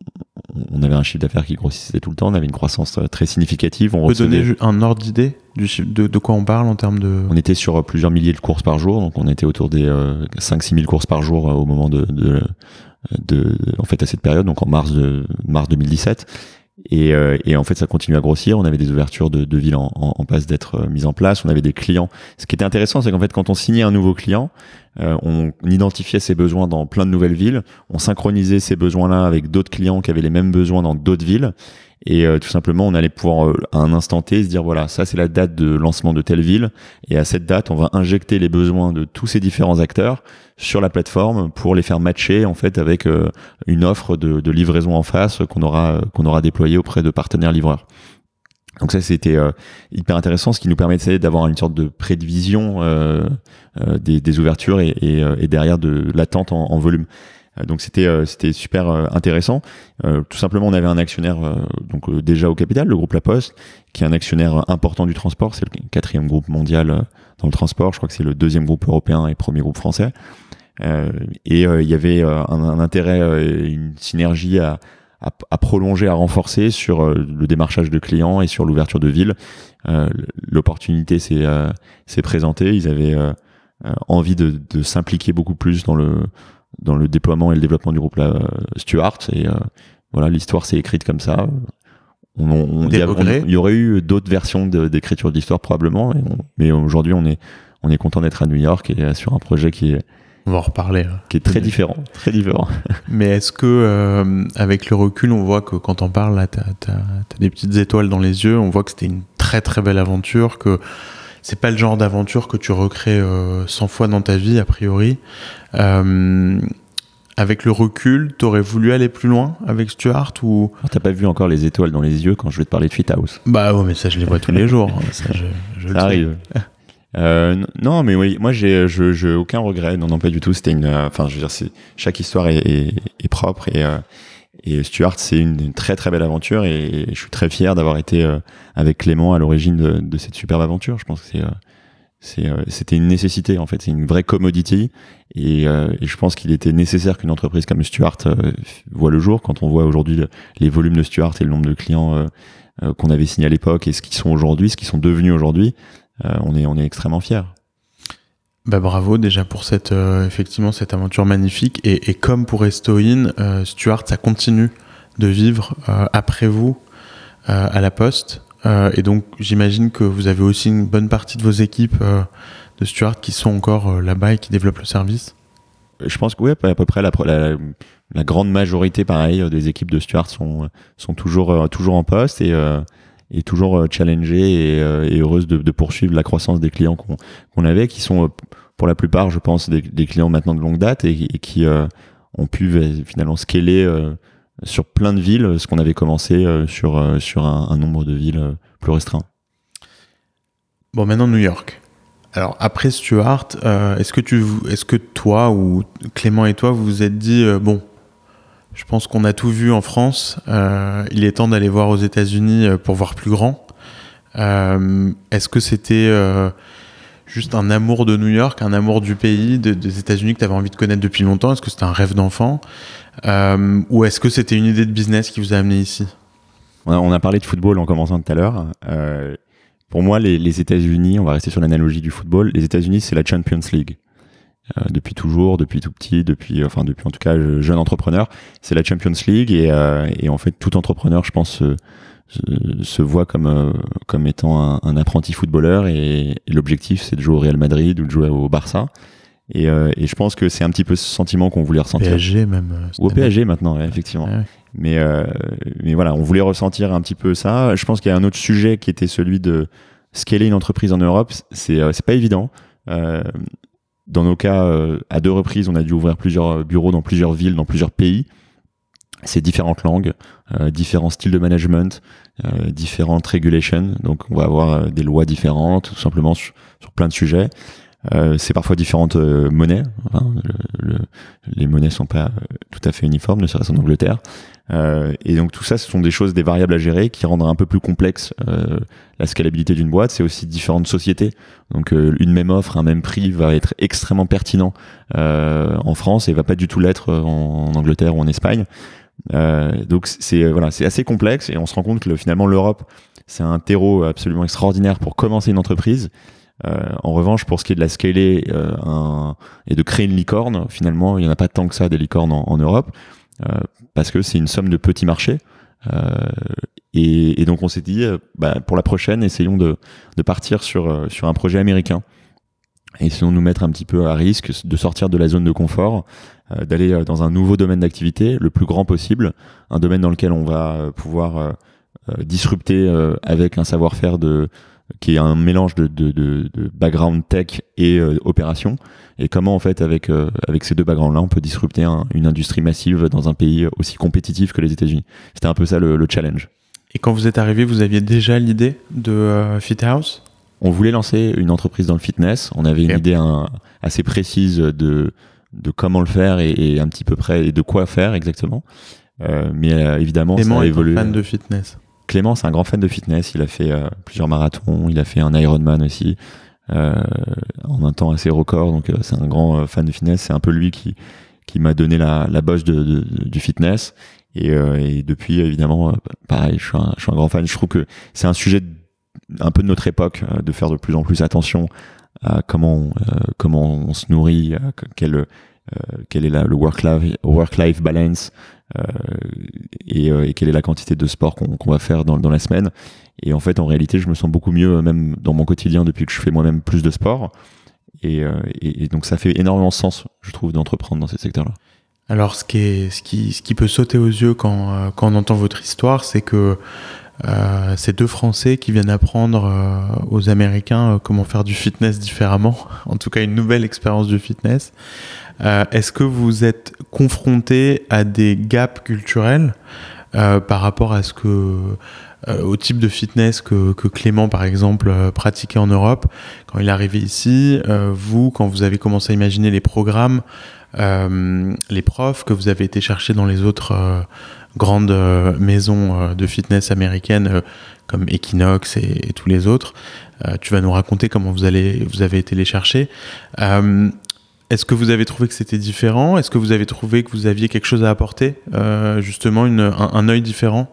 on avait un chiffre d'affaires qui grossissait tout le temps. On avait une croissance très significative. On peut recevait... donner un ordre d'idée du chiffre, de, de quoi on parle en termes de. On était sur plusieurs milliers de courses par jour, donc on était autour des euh, cinq six mille courses par jour euh, au moment de, de, de, de, en fait à cette période, donc en mars de mars deux mille dix-sept. Et, euh, et en fait, ça continue à grossir. On avait des ouvertures de, de villes en, en, en passe d'être euh, mises en place. On avait des clients. Ce qui était intéressant, c'est qu'en fait, quand on signait un nouveau client, euh, on identifiait ses besoins dans plein de nouvelles villes. On synchronisait ces besoins-là avec d'autres clients qui avaient les mêmes besoins dans d'autres villes. Et euh, tout simplement, on allait pouvoir euh, à un instant T se dire voilà, ça c'est la date de lancement de telle ville. Et à cette date, on va injecter les besoins de tous ces différents acteurs sur la plateforme pour les faire matcher en fait avec euh, une offre de, de livraison en face qu'on aura qu'on aura déployée auprès de partenaires livreurs. Donc ça c'était euh, hyper intéressant, ce qui nous permettait d'avoir une sorte de prévision euh, euh, des, des ouvertures et, et, et derrière de l'attente en, en volume. Donc c'était euh, c'était super euh, intéressant. Euh, tout simplement, on avait un actionnaire euh, donc euh, déjà au capital, le groupe La Poste, qui est un actionnaire important du transport. C'est le quatrième groupe mondial euh, dans le transport. Je crois que c'est le deuxième groupe européen et premier groupe français. Euh, et il euh, y avait euh, un, un intérêt, euh, une synergie à, à, à prolonger, à renforcer sur euh, le démarchage de clients et sur l'ouverture de villes. Euh, l'opportunité s'est euh, s'est présentée. Ils avaient euh, envie de, de s'impliquer beaucoup plus dans le dans le déploiement et le développement du groupe là, Stuart, et euh, voilà, l'histoire s'est écrite comme ça. on, on, Des y a- regrets on- il y aurait eu d'autres versions de, d'écriture d'histoire probablement, et on- mais aujourd'hui on est, on est content d'être à New York et euh, sur un projet qui est, On va en reparler. hein. qui est très différent, très différent. Mais est-ce que, euh, avec le recul, on voit que quand on parle, là, t'as, t'as, t'as des petites étoiles dans les yeux, on voit que c'était une très très belle aventure, que c'est pas le genre d'aventure que tu recrées euh, cent fois dans ta vie, a priori. Euh, avec le recul, t'aurais voulu aller plus loin avec Stuart ou... Alors, t'as pas vu encore les étoiles dans les yeux quand je vais te parler de Sweethouse. Bah ouais, mais ça, je les vois tous les jours. hein. Ça, je, je le Ça sais. arrive. Euh, n- non, mais oui, moi j'ai, je, je, aucun regret. Non, non, pas du tout. C'était une, euh, enfin, je veux dire, c'est, chaque histoire est, est, est propre et, euh, et Stuart, c'est une, une très très belle aventure et, je suis très fier d'avoir été euh, avec Clément à l'origine de, de cette superbe aventure. Je pense que c'est, euh, c'est, euh, c'était une nécessité en fait. C'est une vraie commodity et, euh, et je pense qu'il était nécessaire qu'une entreprise comme Stuart euh, voit le jour. Quand on voit aujourd'hui le- les volumes de Stuart et le nombre de clients euh, euh, qu'on avait signés à l'époque et ce qu'ils sont aujourd'hui, ce qu'ils sont devenus aujourd'hui. Euh, on est on est extrêmement fiers. Bah bravo déjà pour cette euh, effectivement cette aventure magnifique et, et comme pour Estoin, euh, Stuart ça continue de vivre euh, après vous euh, à la Poste euh, et donc j'imagine que vous avez aussi une bonne partie de vos équipes euh, de Stuart qui sont encore euh, là-bas et qui développent le service. Je pense que oui, à peu près la, la, la grande majorité pareil des équipes de Stuart sont sont toujours euh, toujours en poste et euh, et toujours euh, challengées et, euh, et heureuses de, de poursuivre la croissance des clients qu'on qu'on avait, qui sont euh, pour la plupart, je pense, des, des clients maintenant de longue date et, et qui euh, ont pu euh, finalement scaler euh, sur plein de villes, ce qu'on avait commencé euh, sur euh, sur un, un nombre de villes euh, plus restreint. Bon maintenant New York. Alors après Stuart, euh, est-ce que tu est-ce que toi ou Clément et toi vous vous êtes dit euh, bon je pense qu'on a tout vu en France. Euh, il est temps d'aller voir aux États-Unis pour voir plus grand. Euh, est-ce que c'était euh, juste un amour de New York, un amour du pays, de, des États-Unis que tu avais envie de connaître depuis longtemps? Est-ce que c'était un rêve d'enfant euh, ou est-ce que c'était une idée de business qui vous a amené ici? On a, on a parlé de football en commençant tout à l'heure. Euh, pour moi, les, les États-Unis, on va rester sur l'analogie du football. Les États-Unis, c'est la Champions League. Euh, depuis toujours, depuis tout petit, depuis, enfin depuis en tout cas jeune entrepreneur, c'est la Champions League et, euh, et en fait tout entrepreneur, je pense, se, se, se voit comme euh, comme étant un, un apprenti footballeur et, et l'objectif c'est de jouer au Real Madrid ou de jouer au Barça et, euh, et je pense que c'est un petit peu ce sentiment qu'on voulait ressentir. P S G même. Euh, ou au P S G maintenant, ouais, effectivement. Ouais. Mais euh, mais voilà, on voulait ressentir un petit peu ça. Je pense qu'il y a un autre sujet qui était celui de scaler une entreprise en Europe. C'est euh, c'est pas évident. Euh, Dans nos cas, euh, à deux reprises, on a dû ouvrir plusieurs bureaux dans plusieurs villes, dans plusieurs pays. C'est différentes langues, euh, différents styles de management, euh, différentes regulations. Donc, on va avoir euh, des lois différentes, tout simplement sur, sur plein de sujets. Euh, c'est parfois différentes euh, monnaies. Hein, le, le, les monnaies sont pas euh, tout à fait uniformes, ne serait-ce en Angleterre. Euh, et donc tout ça, ce sont des choses, des variables à gérer qui rendent un peu plus complexe euh, la scalabilité d'une boîte. C'est aussi différentes sociétés. Donc euh, une même offre, un même prix va être extrêmement pertinent euh, en France et va pas du tout l'être en, en Angleterre ou en Espagne. Euh, donc c'est voilà, c'est assez complexe et on se rend compte que finalement l'Europe, c'est un terreau absolument extraordinaire pour commencer une entreprise. Euh, en revanche, pour ce qui est de la scaler euh, un, et de créer une licorne, finalement, il n'y en a pas tant que ça des licornes en, en Europe. Euh, parce que c'est une somme de petits marchés euh, et, et donc on s'est dit euh, bah, pour la prochaine essayons de, de partir sur, euh, sur un projet américain et essayons de nous mettre un petit peu à risque de sortir de la zone de confort, euh, d'aller euh, dans un nouveau domaine d'activité le plus grand possible, un domaine dans lequel on va euh, pouvoir euh, euh, disrupter euh, avec un savoir-faire de qui est un mélange de, de, de, de background tech et euh, opération, et comment en fait avec euh, avec ces deux backgrounds là on peut disrupter un, une industrie massive dans un pays aussi compétitif que les États-Unis. C'était un peu ça le, le challenge. Et quand vous êtes arrivé, vous aviez déjà l'idée de euh, Fithouse? On voulait lancer une entreprise dans le fitness. On avait okay. une idée un, assez précise de de comment le faire et, et un petit peu près et de quoi faire exactement. Euh, mais euh, évidemment, Clément ça a est évolué. un fan de fitness. Clément, c'est un grand fan de fitness. Il a fait euh, plusieurs marathons. Il a fait un Ironman aussi, euh, en un temps assez record. Donc, euh, c'est un grand euh, fan de fitness. C'est un peu lui qui qui m'a donné la, la bosse de, de, de, du fitness. Et, euh, et depuis, évidemment, euh, pareil, je suis, un, je suis un grand fan. Je trouve que c'est un sujet de, un peu de notre époque, euh, de faire de plus en plus attention à comment on, euh, comment on se nourrit, à quelle euh, quel est la, le work-life, work-life balance euh, et, euh, et quelle est la quantité de sport qu'on, qu'on va faire dans, dans la semaine. Et en fait, en réalité, je me sens beaucoup mieux, même dans mon quotidien, depuis que je fais moi-même plus de sport. Et, euh, et, et donc, ça fait énormément de sens, je trouve, d'entreprendre dans ces secteurs-là. Alors, ce qui, est, ce, qui, ce qui peut sauter aux yeux quand, euh, quand on entend votre histoire, c'est que euh, c'est deux Français qui viennent apprendre euh, aux Américains euh, comment faire du fitness différemment, en tout cas une nouvelle expérience du fitness. Euh, est-ce que vous êtes confronté à des gaps culturels euh, par rapport à ce que, euh, au type de fitness que, que Clément, par exemple, euh, pratiquait en Europe quand il est arrivé ici? euh, Vous, quand vous avez commencé à imaginer les programmes, euh, les profs que vous avez été chercher dans les autres euh, grandes euh, maisons euh, de fitness américaines euh, comme Equinox et, et tous les autres, euh, tu vas nous raconter comment vous, allez, vous avez été les chercher. Euh, Est-ce que vous avez trouvé que c'était différent? Est-ce que vous avez trouvé que vous aviez quelque chose à apporter, euh, justement une, un, un œil différent?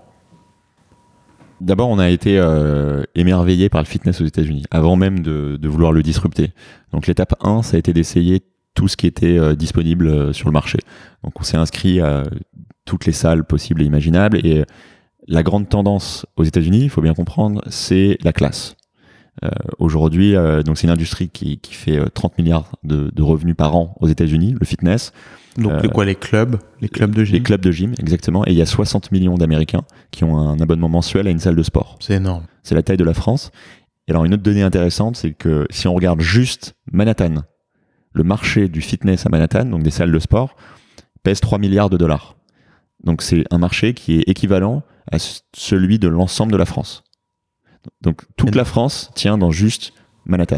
D'abord, on a été euh, émerveillé par le fitness aux États-Unis, avant même de, de vouloir le disrupter. Donc l'étape un, ça a été d'essayer tout ce qui était euh, disponible euh, sur le marché. Donc on s'est inscrit à toutes les salles possibles et imaginables. Et la grande tendance aux États-Unis, il faut bien comprendre, c'est la classe. Euh, aujourd'hui, euh, donc c'est une industrie qui, qui fait euh, trente milliards de, de revenus par an aux États-Unis, le fitness. Donc euh, les quoi, les clubs, les clubs de gym. Les clubs de gym, exactement. Et il y a soixante millions d'Américains qui ont un abonnement mensuel à une salle de sport. C'est énorme. C'est la taille de la France. Et alors une autre donnée intéressante, c'est que si on regarde juste Manhattan, le marché du fitness à Manhattan, donc des salles de sport, pèse trois milliards de dollars. Donc c'est un marché qui est équivalent à celui de l'ensemble de la France. Donc toute la France tient dans juste Manhattan.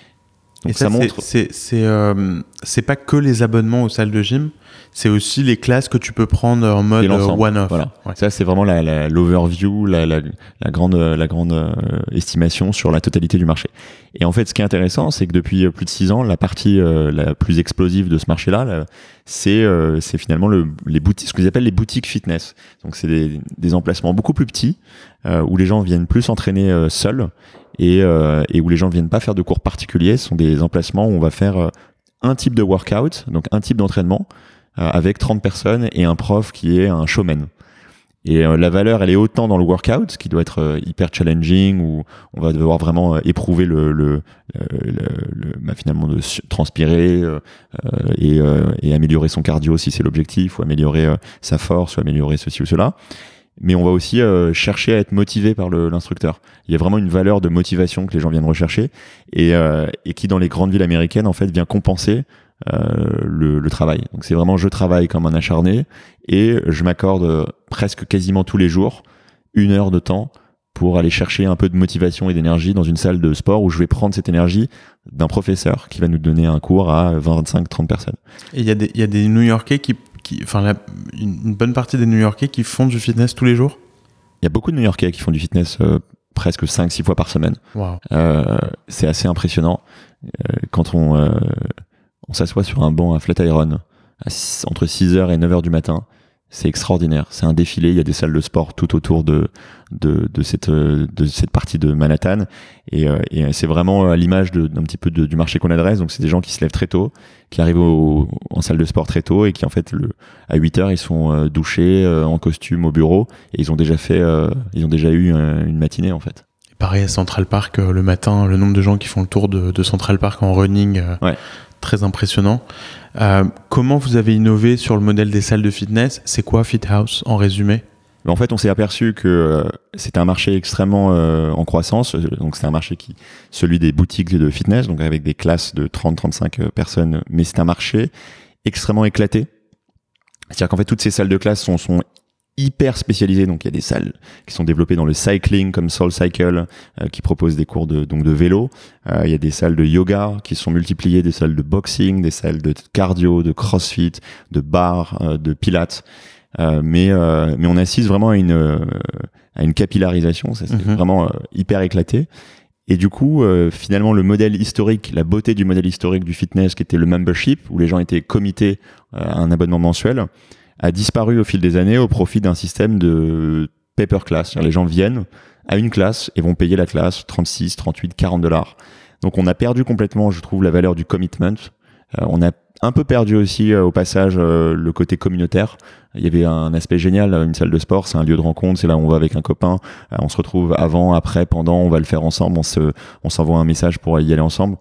Donc et ça, ça montre. C'est, c'est, c'est, euh, c'est pas que les abonnements aux salles de gym, c'est aussi les classes que tu peux prendre en mode one-off. Voilà. Ouais. Ça, c'est vraiment la, la, l'overview, la, la, la grande, la grande euh, estimation sur la totalité du marché. Et en fait, ce qui est intéressant, c'est que depuis plus de six ans, la partie euh, la plus explosive de ce marché-là, là, c'est, euh, c'est finalement le, les boutiques, ce qu'ils appellent les boutiques fitness. Donc, c'est des, des emplacements beaucoup plus petits euh, où les gens viennent plus s'entraîner euh, seuls et, euh, et où les gens ne viennent pas faire de cours particuliers. Ce sont des emplacements où on va faire euh, un type de workout, donc un type d'entraînement, Euh, avec trente personnes et un prof qui est un showman. Et euh, la valeur, elle est autant dans le workout, qui doit être euh, hyper challenging, où on va devoir vraiment euh, éprouver le, le, le, le, le bah, finalement de transpirer euh, et, euh, et améliorer son cardio si c'est l'objectif, ou améliorer euh, sa force, ou améliorer ceci ou cela. Mais on va aussi euh, chercher à être motivé par le, l'instructeur. Il y a vraiment une valeur de motivation que les gens viennent rechercher et, euh, et qui, dans les grandes villes américaines, en fait, vient compenser Euh, le, le travail. Donc c'est vraiment je travaille comme un acharné et je m'accorde presque quasiment tous les jours une heure de temps pour aller chercher un peu de motivation et d'énergie dans une salle de sport où je vais prendre cette énergie d'un professeur qui va nous donner un cours à vingt, vingt-cinq, trente personnes. Et il y a des, il y a des New-Yorkais qui, qui enfin la, une bonne partie des New-Yorkais qui font du fitness tous les jours? Il y a beaucoup de New-Yorkais qui font du fitness euh, presque cinq six fois par semaine. Wow. Euh, c'est assez impressionnant. Euh, quand on euh, on s'assoit sur un banc à Flatiron à six, entre six heures et neuf heures du matin. C'est extraordinaire. C'est un défilé. Il y a des salles de sport tout autour de, de, de, cette, de cette partie de Manhattan. Et, et c'est vraiment à l'image de, d'un petit peu de, du marché qu'on adresse. Donc, c'est des gens qui se lèvent très tôt, qui arrivent au, en salle de sport très tôt et qui, en fait, le, à huit heures, ils sont douchés, en costume au bureau. Et ils ont déjà fait, ils ont déjà eu une matinée, en fait. Pareil à Central Park, le matin, le nombre de gens qui font le tour de, de Central Park en running. Ouais. Très impressionnant. Euh, comment vous avez innové sur le modèle des salles de fitness? C'est quoi Fit House en résumé? En fait, on s'est aperçu que euh, c'était un marché extrêmement euh, en croissance. Donc, c'est un marché qui, celui des boutiques de fitness, donc avec des classes de trente à trente-cinq personnes. Mais c'est un marché extrêmement éclaté. C'est-à-dire qu'en fait, toutes ces salles de classe sont, sont hyper spécialisées. Donc, il y a des salles qui sont développées dans le cycling, comme Soul Cycle, euh, qui proposent des cours de, donc de vélo. Euh, il y a des salles de yoga qui sont multipliées, des salles de boxing, des salles de cardio, de crossfit, de bar, euh, de pilates. Euh, mais euh, mais on assiste vraiment à une euh, à une capillarisation. Ça, c'est mm-hmm. vraiment euh, hyper éclaté. Et du coup, euh, finalement, le modèle historique, la beauté du modèle historique du fitness, qui était le membership, où les gens étaient committés euh, à un abonnement mensuel, a disparu au fil des années au profit d'un système de pay-per class. C'est-à-dire les gens viennent à une classe et vont payer la classe trente-six, trente-huit, quarante dollars. Donc on a perdu complètement, je trouve, la valeur du commitment. Euh, on a un peu perdu aussi euh, au passage euh, le côté communautaire. Il y avait un aspect génial, une salle de sport, c'est un lieu de rencontre, c'est là où on va avec un copain, euh, on se retrouve avant, après, pendant, on va le faire ensemble, on se, on s'envoie un message pour y aller ensemble.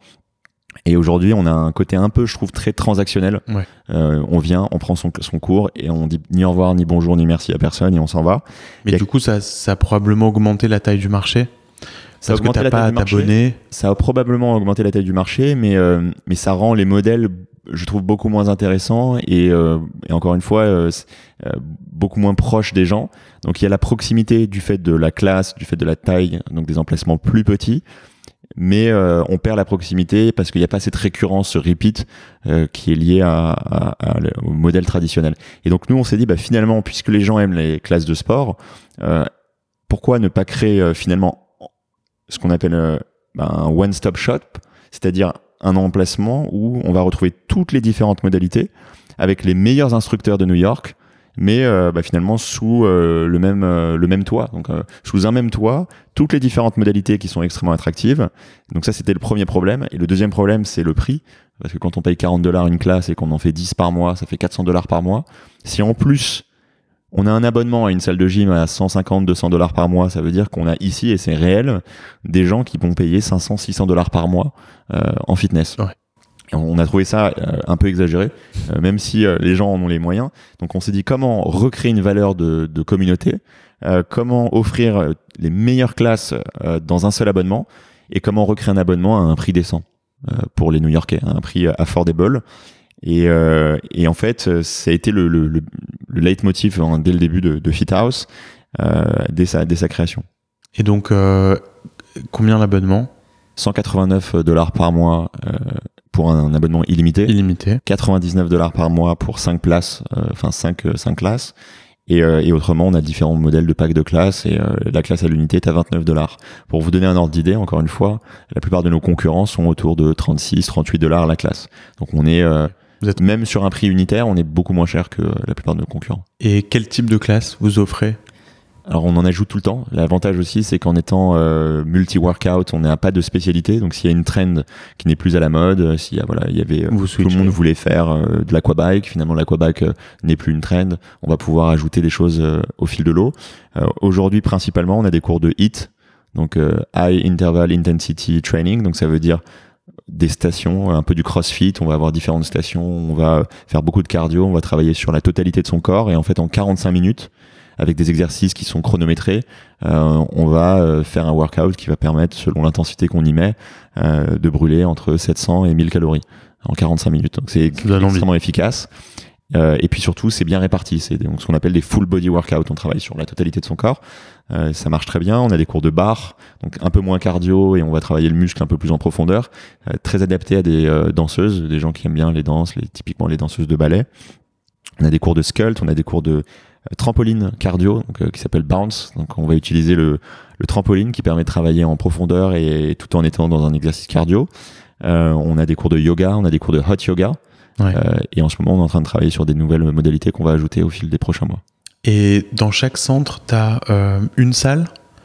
Et aujourd'hui, on a un côté un peu, je trouve, très transactionnel. Ouais. Euh, on vient, on prend son, son cours et on dit ni au revoir, ni bonjour, ni merci à personne et on s'en va. Mais et du coup, ça, ça a probablement augmenté la taille du marché. Ça a Parce que augmenté t'as la taille pas du marché. d'abonnés. Ça a probablement augmenté la taille du marché, mais euh, mais ça rend les modèles, je trouve, beaucoup moins intéressants et, euh, et encore une fois, euh, euh, beaucoup moins proches des gens. Donc il y a la proximité du fait de la classe, du fait de la taille, donc des emplacements plus petits, mais euh, on perd la proximité parce qu'il n'y a pas cette récurrence, ce repeat euh, qui est lié à, à, à, au modèle traditionnel. Et donc nous, on s'est dit, bah, finalement, puisque les gens aiment les classes de sport, euh, pourquoi ne pas créer euh, finalement ce qu'on appelle euh, bah, un one-stop shop, c'est-à-dire un emplacement où on va retrouver toutes les différentes modalités avec les meilleurs instructeurs de New York, mais euh, bah, finalement sous euh, le même euh, le même toit, donc euh, sous un même toit, toutes les différentes modalités qui sont extrêmement attractives. Donc ça, c'était le premier problème. Et le deuxième problème, c'est le prix, parce que quand on paye quarante dollars une classe et qu'on en fait dix par mois, ça fait quatre cents dollars par mois. Si en plus on a un abonnement à une salle de gym à cent cinquante, deux cents dollars par mois, ça veut dire qu'on a ici, et c'est réel, des gens qui vont payer cinq cents, six cents dollars par mois euh, en fitness. Ouais. Et on a trouvé ça euh, un peu exagéré, euh, même si euh, les gens en ont les moyens. Donc on s'est dit comment recréer une valeur de, de communauté, euh, comment offrir euh, les meilleures classes euh, dans un seul abonnement, et comment recréer un abonnement à un prix décent euh, pour les New-Yorkais, à un prix affordable. Et, euh, et en fait, ça a été le, le, le, le leitmotiv hein, dès le début de, de Fit House, euh, dès, sa, dès sa création. Et donc, euh, combien l'abonnement ? cent quatre-vingt-neuf dollars par mois euh, pour un abonnement illimité. Illimité. quatre-vingt-dix-neuf dollars par mois pour cinq places, euh, enfin cinq, cinq classes. Et, euh, et autrement, on a différents modèles de packs de classes et euh, la classe à l'unité est à vingt-neuf dollars. Pour vous donner un ordre d'idée, encore une fois, la plupart de nos concurrents sont autour de trente-six, trente-huit dollars la classe. Donc on est... Euh, Vous êtes... Même sur un prix unitaire, on est beaucoup moins cher que la plupart de nos concurrents. Et quel type de classe vous offrez ? Alors on en ajoute tout le temps. L'avantage aussi, c'est qu'en étant euh, multi-workout, on n'a pas de spécialité. Donc s'il y a une trend qui n'est plus à la mode, s'il y a voilà, il y avait vous tout le monde voulait faire euh, de l'aquabike, finalement l'aquabike euh, n'est plus une trend. On va pouvoir ajouter des choses euh, au fil de l'eau. Euh, aujourd'hui, principalement, on a des cours de H I I T, donc euh, High Interval Intensity Training. Donc ça veut dire des stations, un peu du crossfit, on va avoir différentes stations, on va faire beaucoup de cardio, on va travailler sur la totalité de son corps et en fait en quarante-cinq minutes, avec des exercices qui sont chronométrés, euh, on va euh, faire un workout qui va permettre, selon l'intensité qu'on y met, euh, de brûler entre sept cents et mille calories en quarante-cinq minutes. Donc c'est extrêmement efficace. Euh, et puis surtout, c'est bien réparti. C'est donc ce qu'on appelle des full body workout. On travaille sur la totalité de son corps. Euh, ça marche très bien. On a des cours de barre, donc un peu moins cardio et on va travailler le muscle un peu plus en profondeur. Euh, très adapté à des euh, danseuses, des gens qui aiment bien les danses, les, typiquement les danseuses de ballet. On a des cours de sculpt, on a des cours de euh, trampoline cardio, donc, euh, qui s'appelle Bounce. Donc on va utiliser le, le trampoline qui permet de travailler en profondeur et, et tout en étant dans un exercice cardio. Euh, on a des cours de yoga, on a des cours de hot yoga. Ouais. Euh, et en ce moment, on est en train de travailler sur des nouvelles modalités qu'on va ajouter au fil des prochains mois. Et dans chaque centre, tu as euh, une salle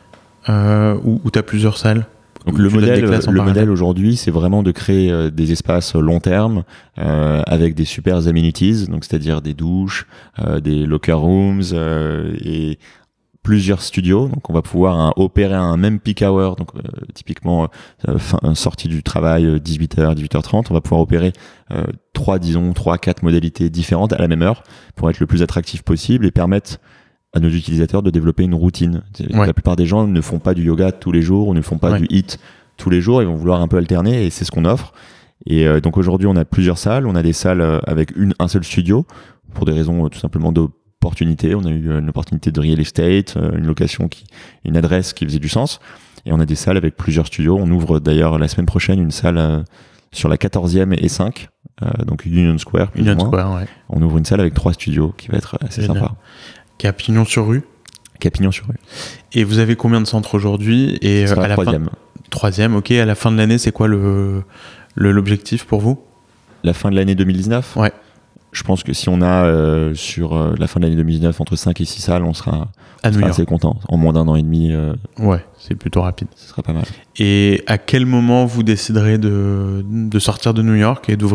euh, ou, ou tu as plusieurs salles ? Donc le modèle, le modèle aujourd'hui, c'est vraiment de créer euh, des espaces long terme euh, avec des super amenities, donc c'est-à-dire des douches, euh, des locker rooms euh, et plusieurs studios. Donc on va pouvoir hein, opérer à un même peak hour, donc euh, typiquement euh, fin, sortie du travail dix-huit heures, dix-huit heures trente, on va pouvoir opérer euh, trois, disons trois, quatre modalités différentes à la même heure pour être le plus attractif possible et permettre à nos utilisateurs de développer une routine. Ouais. La plupart des gens ne font pas du yoga tous les jours ou ne font pas ouais. du H I I T tous les jours, ils vont vouloir un peu alterner et c'est ce qu'on offre. Et euh, donc aujourd'hui on a plusieurs salles, on a des salles avec une, un seul studio pour des raisons euh, tout simplement d'opportunité. On a eu une opportunité de real estate, euh, une location, qui, une adresse qui faisait du sens. Et on a des salles avec plusieurs studios. On ouvre d'ailleurs la semaine prochaine une salle euh, sur la quatorzième et cinq, euh, donc Union Square. Union Square, ouais. On ouvre une salle avec trois studios qui va être assez Génial. Sympa. Qui est à Pignon-sur-Rue. Qui est à Pignon-sur-Rue. Et vous avez combien de centres aujourd'hui ? Et à la troisième. Fin... Troisième, ok. À la fin de l'année, c'est quoi le, le l'objectif pour vous ? La fin de l'année deux mille dix-neuf ? Ouais. Je pense que si on a euh, sur euh, la fin de l'année deux mille dix-neuf entre cinq et six salles, on sera, on sera assez content. En moins d'un an et demi. Euh, ouais, c'est plutôt rapide. Ce sera pas mal. Et à quel moment vous déciderez de, de sortir de New York et d'ouvrir ailleurs ?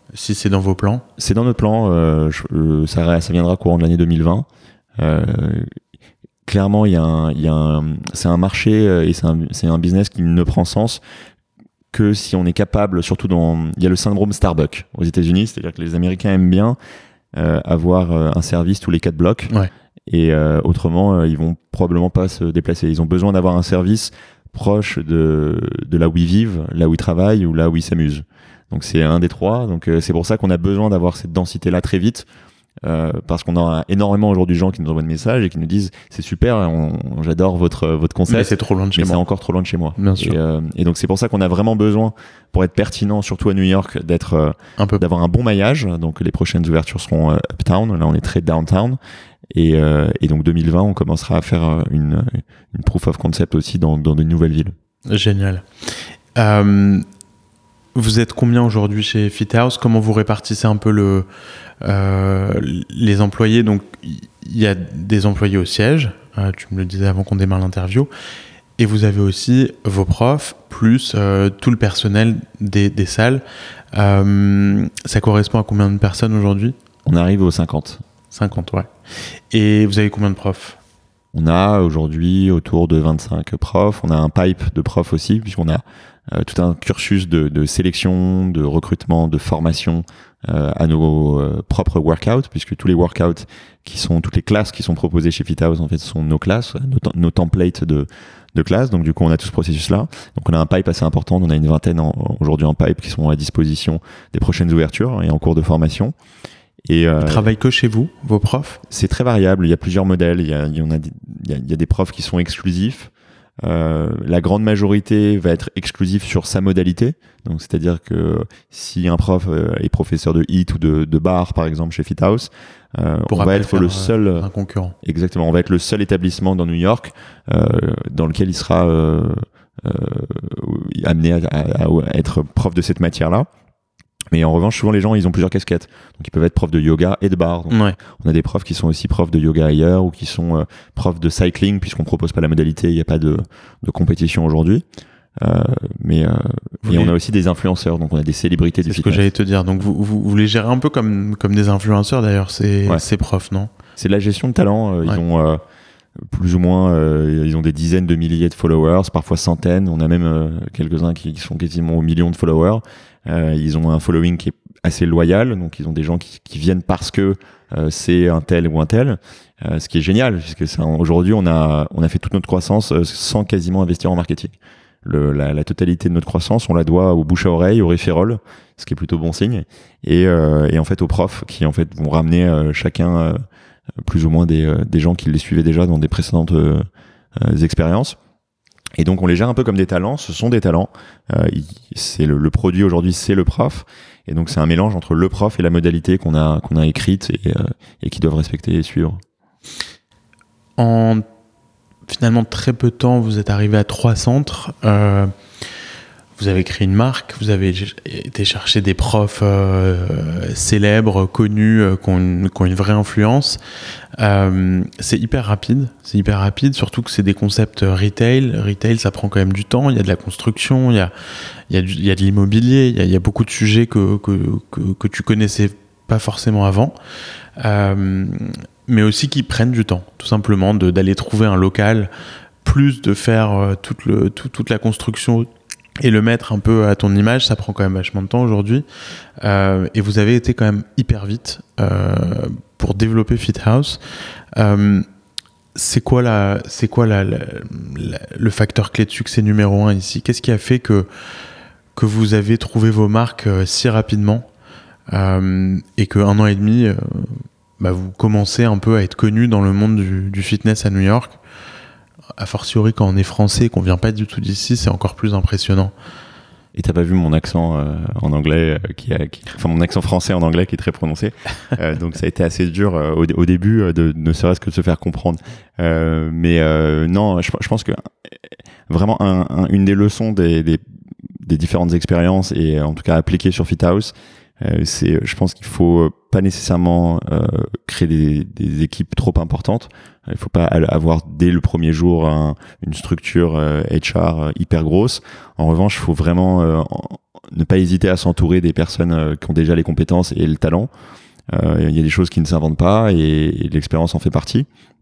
si c'est dans vos plans? C'est dans notre plan. Euh, je, euh, ça, ça viendra courant de l'année deux mille vingt. Euh, clairement, il y a un, il y a un, c'est un marché et c'est un, c'est un business qui ne prend sens que si on est capable, surtout dans, il y a le syndrome Starbucks aux États-Unis, c'est-à-dire que les Américains aiment bien euh, avoir euh, un service tous les quatre blocs. Ouais. Et euh, autrement, euh, ils vont probablement pas se déplacer. Ils ont besoin d'avoir un service proche de, de là où ils vivent, là où ils travaillent ou là où ils s'amusent. Donc c'est un des trois. Donc euh, c'est pour ça qu'on a besoin d'avoir cette densité-là très vite. Euh, parce qu'on a énormément aujourd'hui de gens qui nous envoient des messages et qui nous disent c'est super, on, on, j'adore votre votre concept, mais c'est trop loin de chez mais moi. c'est encore trop loin de chez moi. Bien sûr. Et, euh, et donc c'est pour ça qu'on a vraiment besoin, pour être pertinent, surtout à New York, d'être euh, un peu d'avoir un bon maillage. Donc les prochaines ouvertures seront euh, uptown. Là on est très downtown. Et, euh, et donc deux mille vingt, on commencera à faire une, une proof of concept aussi dans, dans de nouvelles villes. Génial. Euh, vous êtes combien aujourd'hui chez FitHouse? Comment vous répartissez un peu le Euh, les employés? Donc il y a des employés au siège, euh, tu me le disais avant qu'on démarre l'interview, et vous avez aussi vos profs plus euh, tout le personnel des, des salles. Euh, ça correspond à combien de personnes aujourd'hui? On arrive aux cinquante. cinquante, ouais. Et vous avez combien de profs? On a aujourd'hui autour de vingt-cinq profs. On a un pipe de profs aussi, puisqu'on a euh, tout un cursus de, de sélection, de recrutement, de formation euh, à nos euh, propres workouts, puisque tous les workouts qui sont, toutes les classes qui sont proposées chez FitHouse, en fait, sont nos classes, nos, nos templates de, de classes. Donc, du coup, on a tout ce processus-là. Donc, on a un pipe assez important. On a une vingtaine en, aujourd'hui en pipe qui sont à disposition des prochaines ouvertures et en cours de formation. Et euh, Ils travaillent que chez vous, vos profs? C'est très variable. Il y a plusieurs modèles. Il y a, il y en a, il y a, il y a des profs qui sont exclusifs. Euh, la grande majorité va être exclusive sur sa modalité. Donc, c'est-à-dire que si un prof euh, est professeur de hit ou de, de bar, par exemple, chez FitHouse, euh, on va être le seul, un concurrent. Exactement. On va être le seul établissement dans New York euh, dans lequel il sera euh, euh, amené à, à, à être prof de cette matière-là. Mais en revanche, souvent les gens, ils ont plusieurs casquettes. Donc ils peuvent être profs de yoga et de bar. Donc, ouais. On a des profs qui sont aussi profs de yoga ailleurs ou qui sont euh, profs de cycling, puisqu'on propose pas la modalité, il n'y a pas de, de compétition aujourd'hui. Euh, mais euh, et les... on a aussi des influenceurs, donc on a des célébrités du fitness. C'est ce que j'allais te dire. Donc vous, vous, vous les gérez un peu comme, comme des influenceurs d'ailleurs, ces, ouais. ces profs, non? C'est de la gestion de talent. Euh, ouais. Ils ont euh, plus ou moins, euh, ils ont des dizaines de milliers de followers, parfois centaines. On a même euh, quelques-uns qui, qui sont quasiment aux millions de followers. Euh, ils ont un following qui est assez loyal, donc ils ont des gens qui, qui viennent parce que euh, c'est un tel ou un tel, euh, ce qui est génial, puisque ça, aujourd'hui on a, on a fait toute notre croissance euh, sans quasiment investir en marketing. Le, la, la totalité de notre croissance, on la doit au bouche à oreille, au référol, ce qui est plutôt bon signe, et, euh, et en fait aux profs qui en fait vont ramener euh, chacun euh, plus ou moins des, euh, des gens qui les suivaient déjà dans des précédentes euh, euh, expériences. Et donc on les gère un peu comme des talents, ce sont des talents. Euh, c'est le, le produit aujourd'hui, c'est le prof, et donc c'est un mélange entre le prof et la modalité qu'on a qu'on a écrite et, euh, et qui doivent respecter et suivre. En finalement très peu de temps, vous êtes arrivé à trois centres. Euh, vous avez créé une marque, vous avez été chercher des profs euh, célèbres, connus, euh, qui ont une, qui ont une vraie influence. Euh, c'est hyper rapide, c'est hyper rapide, surtout que c'est des concepts retail. Retail, ça prend quand même du temps. Il y a de la construction, il y a, il y a, du, il y a de l'immobilier, il y a, il y a beaucoup de sujets que, que, que, que tu connaissais pas forcément avant. Euh, mais aussi qui prennent du temps, tout simplement, de, d'aller trouver un local, plus de faire euh, toute, le, tout, toute la construction et le mettre un peu à ton image, ça prend quand même vachement de temps aujourd'hui. Euh, et vous avez été quand même hyper vite euh, pour développer FitHouse. Euh, c'est quoi, la, c'est quoi la, la, la, le facteur clé de succès numéro un ici? Qu'est-ce qui a fait que, que vous avez trouvé vos marques euh, si rapidement euh, et qu'un an et demi, euh, bah, vous commencez un peu à être connu dans le monde du, du fitness à New York? A fortiori quand on est français et qu'on vient pas du tout d'ici, c'est encore plus impressionnant. Et t'as pas vu mon accent euh, en anglais, euh, qui, a, qui, enfin mon accent français en anglais qui est très prononcé. Euh, donc ça a été assez dur euh, au, au début euh, de ne serait-ce que de se faire comprendre. Euh, mais euh, non, je, je pense que vraiment un, un, une des leçons des, des, des différentes expériences et en tout cas appliquées sur FitHouse, euh, c'est, je pense qu'il faut pas nécessairement euh, créer des, des équipes trop importantes. Il faut pas avoir dès le premier jour un, une structure euh, H R euh, hyper grosse. En revanche, il faut vraiment euh, ne pas hésiter à s'entourer des personnes euh, qui ont déjà les compétences et le talent. Euh, il y a des choses qui ne s'inventent pas et, et l'expérience en fait partie.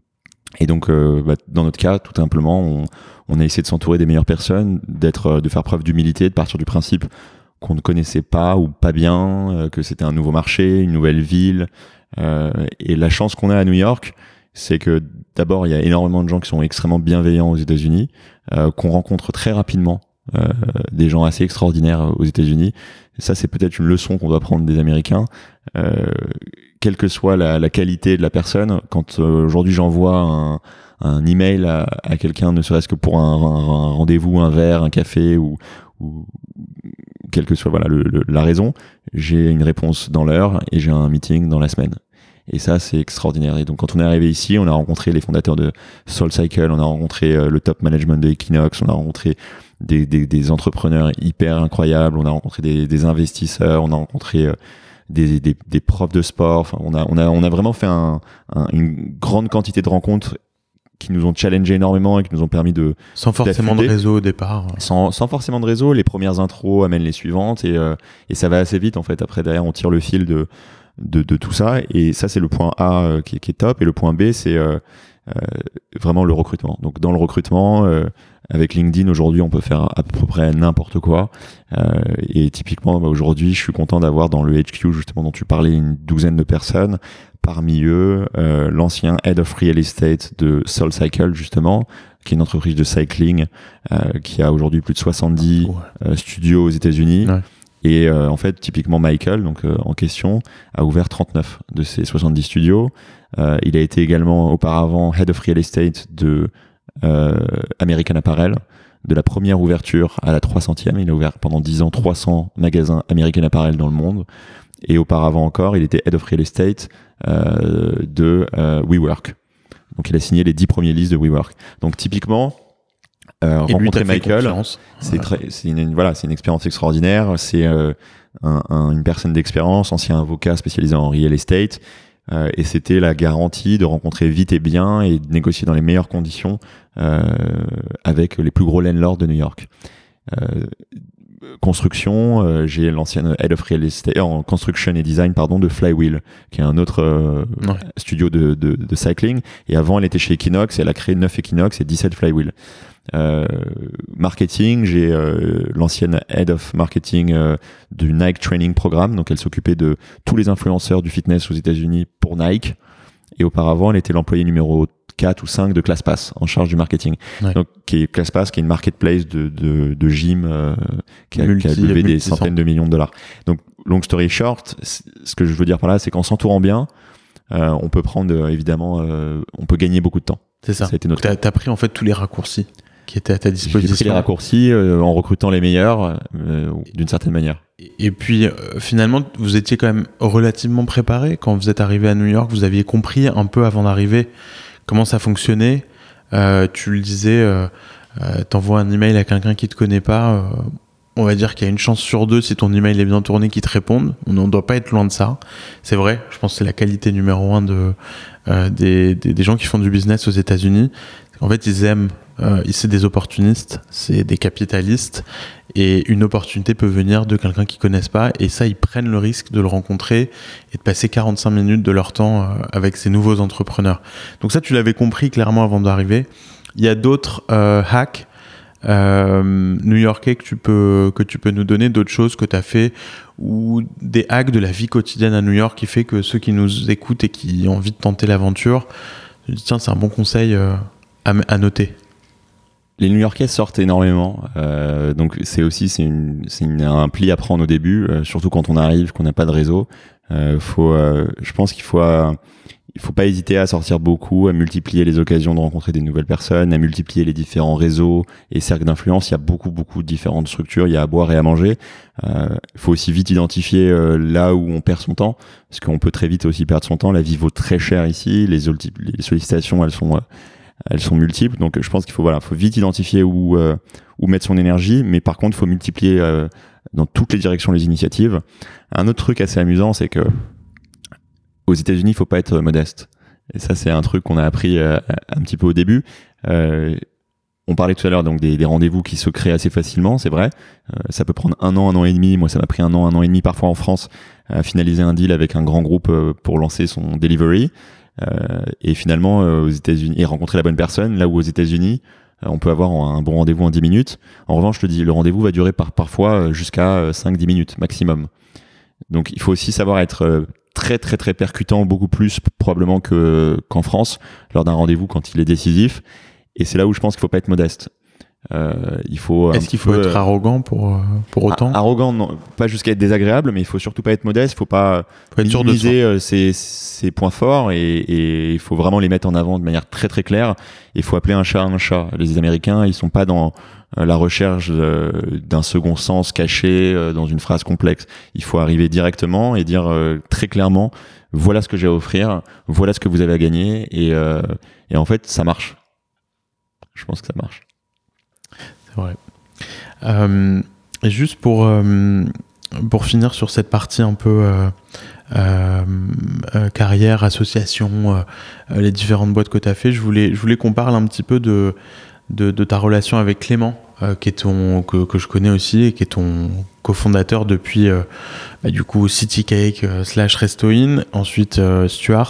Et donc, euh, bah, dans notre cas, tout simplement, on, on a essayé de s'entourer des meilleures personnes, d'être, de faire preuve d'humilité, de partir du principe qu'on ne connaissait pas ou pas bien, euh, que c'était un nouveau marché, une nouvelle ville. Euh, et la chance qu'on a à New York, c'est que d'abord, il y a énormément de gens qui sont extrêmement bienveillants aux États-Unis, euh, qu'on rencontre très rapidement, euh, des gens assez extraordinaires aux États-Unis. Et ça, c'est peut-être une leçon qu'on doit prendre des Américains. Euh, quelle que soit la, la qualité de la personne, quand euh, aujourd'hui j'envoie un, un email à, à quelqu'un, ne serait-ce que pour un, un, un rendez-vous, un verre, un café ou, ou quelle que soit voilà le, le, la raison, j'ai une réponse dans l'heure et j'ai un meeting dans la semaine. Et ça, c'est extraordinaire. Et donc, quand on est arrivé ici, on a rencontré les fondateurs de SoulCycle, on a rencontré euh, le top management de Equinox, on a rencontré des, des, des entrepreneurs hyper incroyables, on a rencontré des, des investisseurs, on a rencontré euh, des, des, des profs de sport. Enfin, on a, on a, on a vraiment fait un, un, une grande quantité de rencontres qui nous ont challengé énormément et qui nous ont permis de sans forcément de réseau au départ. Sans, sans forcément de réseau, les premières intros amènent les suivantes et, euh, et ça va assez vite en fait. Après derrière, on tire le fil de de, de tout ça et ça c'est le point A euh, qui, qui est top et le point B c'est euh, euh, vraiment le recrutement. Donc dans le recrutement, euh, avec LinkedIn aujourd'hui, on peut faire à peu près n'importe quoi. Euh, et typiquement bah, aujourd'hui, je suis content d'avoir dans le H Q justement dont tu parlais une douzaine de personnes. Parmi eux, euh, l'ancien Head of Real Estate de SoulCycle justement, qui est une entreprise de cycling euh, qui a aujourd'hui plus de soixante-dix ouais. euh, studios aux États-Unis. Ouais. Et euh, en fait, typiquement Michael, donc euh, en question, a ouvert trente-neuf de ces soixante-dix studios. Euh, il a été également auparavant Head of Real Estate de euh, American Apparel, de la première ouverture à la trois centième. Il a ouvert pendant dix ans trois cents magasins American Apparel dans le monde. Et auparavant encore, il était Head of Real Estate euh, de euh, WeWork. Donc il a signé les dix premiers leases de WeWork. Donc typiquement, euh, rencontrer Michael, c'est voilà. très, c'est une, voilà, c'est une expérience extraordinaire. C'est euh, un, un, une personne d'expérience, ancien avocat spécialisé en real estate, euh, et c'était la garantie de rencontrer vite et bien et de négocier dans les meilleures conditions euh, avec les plus gros landlords de New York. Euh, construction, euh, j'ai l'ancienne Head of Real Estate en construction et design pardon de Flywheel, qui est un autre euh, ouais. studio de, de, de cycling. Et avant, elle était chez Equinox et elle a créé neuf Equinox et dix-sept Flywheel. Euh, marketing, j'ai euh, l'ancienne Head of Marketing euh, du Nike Training Programme. Donc, elle s'occupait de tous les influenceurs du fitness aux États-Unis pour Nike. Et auparavant, elle était l'employée numéro quatre ou cinq de ClassPass en charge du marketing. Ouais. Donc, qui est ClassPass, qui est une marketplace de, de, de gym euh, qui, a, multi, qui a levé des centaines de millions de dollars. Donc, long story short, ce que je veux dire par là, c'est qu'en s'entourant bien, euh, on peut prendre euh, évidemment, euh, on peut gagner beaucoup de temps. C'est ça. ça a été notre t'as, t'as pris en fait tous les raccourcis qui étaient à ta disposition. J'ai pris les raccourcis euh, en recrutant les meilleurs euh, d'une certaine manière. Et puis euh, finalement, vous étiez quand même relativement préparé quand vous êtes arrivé à New York. Vous aviez compris un peu avant d'arriver comment ça fonctionnait. Euh, tu le disais, euh, euh, t'envoies un email à quelqu'un qui te connaît pas. Euh, on va dire qu'il y a une chance sur deux, si ton email est bien tourné, qu'il te réponde. On ne doit pas être loin de ça. C'est vrai. Je pense que c'est la qualité numéro un de euh, des, des des gens qui font du business aux États-Unis. En fait, ils aiment. Euh, c'est des opportunistes, c'est des capitalistes, et une opportunité peut venir de quelqu'un qu'ils connaissent pas, et ça, ils prennent le risque de le rencontrer et de passer quarante-cinq minutes de leur temps euh, avec ces nouveaux entrepreneurs. Donc ça, tu l'avais compris clairement avant d'arriver. Il y a d'autres euh, hacks euh, new-yorkais que tu peux que tu peux nous donner, d'autres choses que tu as fait, ou des hacks de la vie quotidienne à New York qui fait que ceux qui nous écoutent et qui ont envie de tenter l'aventure, je dis tiens, c'est un bon conseil euh, à, à noter. Les New-Yorkais sortent énormément, euh, donc c'est aussi c'est, une, c'est une, un pli à prendre au début, euh, surtout quand on arrive, qu'on n'a pas de réseau. Euh, faut, euh, je pense qu'il faut, euh, il faut pas hésiter à sortir beaucoup, à multiplier les occasions de rencontrer des nouvelles personnes, à multiplier les différents réseaux et cercles d'influence. Il y a beaucoup beaucoup de différentes structures, il y a à boire et à manger. Euh, il faut aussi vite identifier euh, là où on perd son temps, parce qu'on peut très vite aussi perdre son temps. La vie vaut très cher ici, les, les sollicitations elles sont euh, elles sont multiples, donc je pense qu'il faut voilà, faut vite identifier où euh, où mettre son énergie, mais par contre, il faut multiplier euh, dans toutes les directions les initiatives. Un autre truc assez amusant, c'est que aux États-Unis, il faut pas être modeste. Et ça, c'est un truc qu'on a appris euh, un petit peu au début. Euh, on parlait tout à l'heure donc des, des rendez-vous qui se créent assez facilement, c'est vrai. Euh, ça peut prendre un an, un an et demi. Moi, ça m'a pris un an, un an et demi parfois en France à finaliser un deal avec un grand groupe euh, pour lancer son delivery. Euh, et finalement, euh, aux États-Unis, et rencontrer la bonne personne. Là où aux États-Unis, euh, on peut avoir un bon rendez-vous en dix minutes. En revanche, je te dis, le rendez-vous va durer par, parfois jusqu'à cinq dix minutes maximum. Donc, il faut aussi savoir être euh, très très très percutant, beaucoup plus probablement que qu'en France lors d'un rendez-vous quand il est décisif. Et c'est là où je pense qu'il faut pas être modeste. Euh, il faut. Est-ce qu'il faut peu, être arrogant pour pour autant? Arrogant, non, pas jusqu'à être désagréable, mais il faut surtout pas être modeste. Il faut pas faut être minimiser ses, ses points forts et il faut vraiment les mettre en avant de manière très très claire. Il faut appeler un chat un chat. Les Américains, ils sont pas dans la recherche d'un second sens caché dans une phrase complexe. Il faut arriver directement et dire très clairement, voilà ce que j'ai à offrir, voilà ce que vous avez à gagner, et, euh, et en fait, ça marche. Je pense que ça marche. C'est vrai. Euh, et juste pour, euh, pour finir sur cette partie un peu euh, euh, euh, carrière, association, euh, les différentes boîtes que tu as fait, je voulais, je voulais qu'on parle un petit peu de, de, de ta relation avec Clément, euh, qui est ton, que, que je connais aussi et qui est ton cofondateur depuis euh, bah, du coup City Cake euh, slash Resto-In, ensuite euh, Stuart.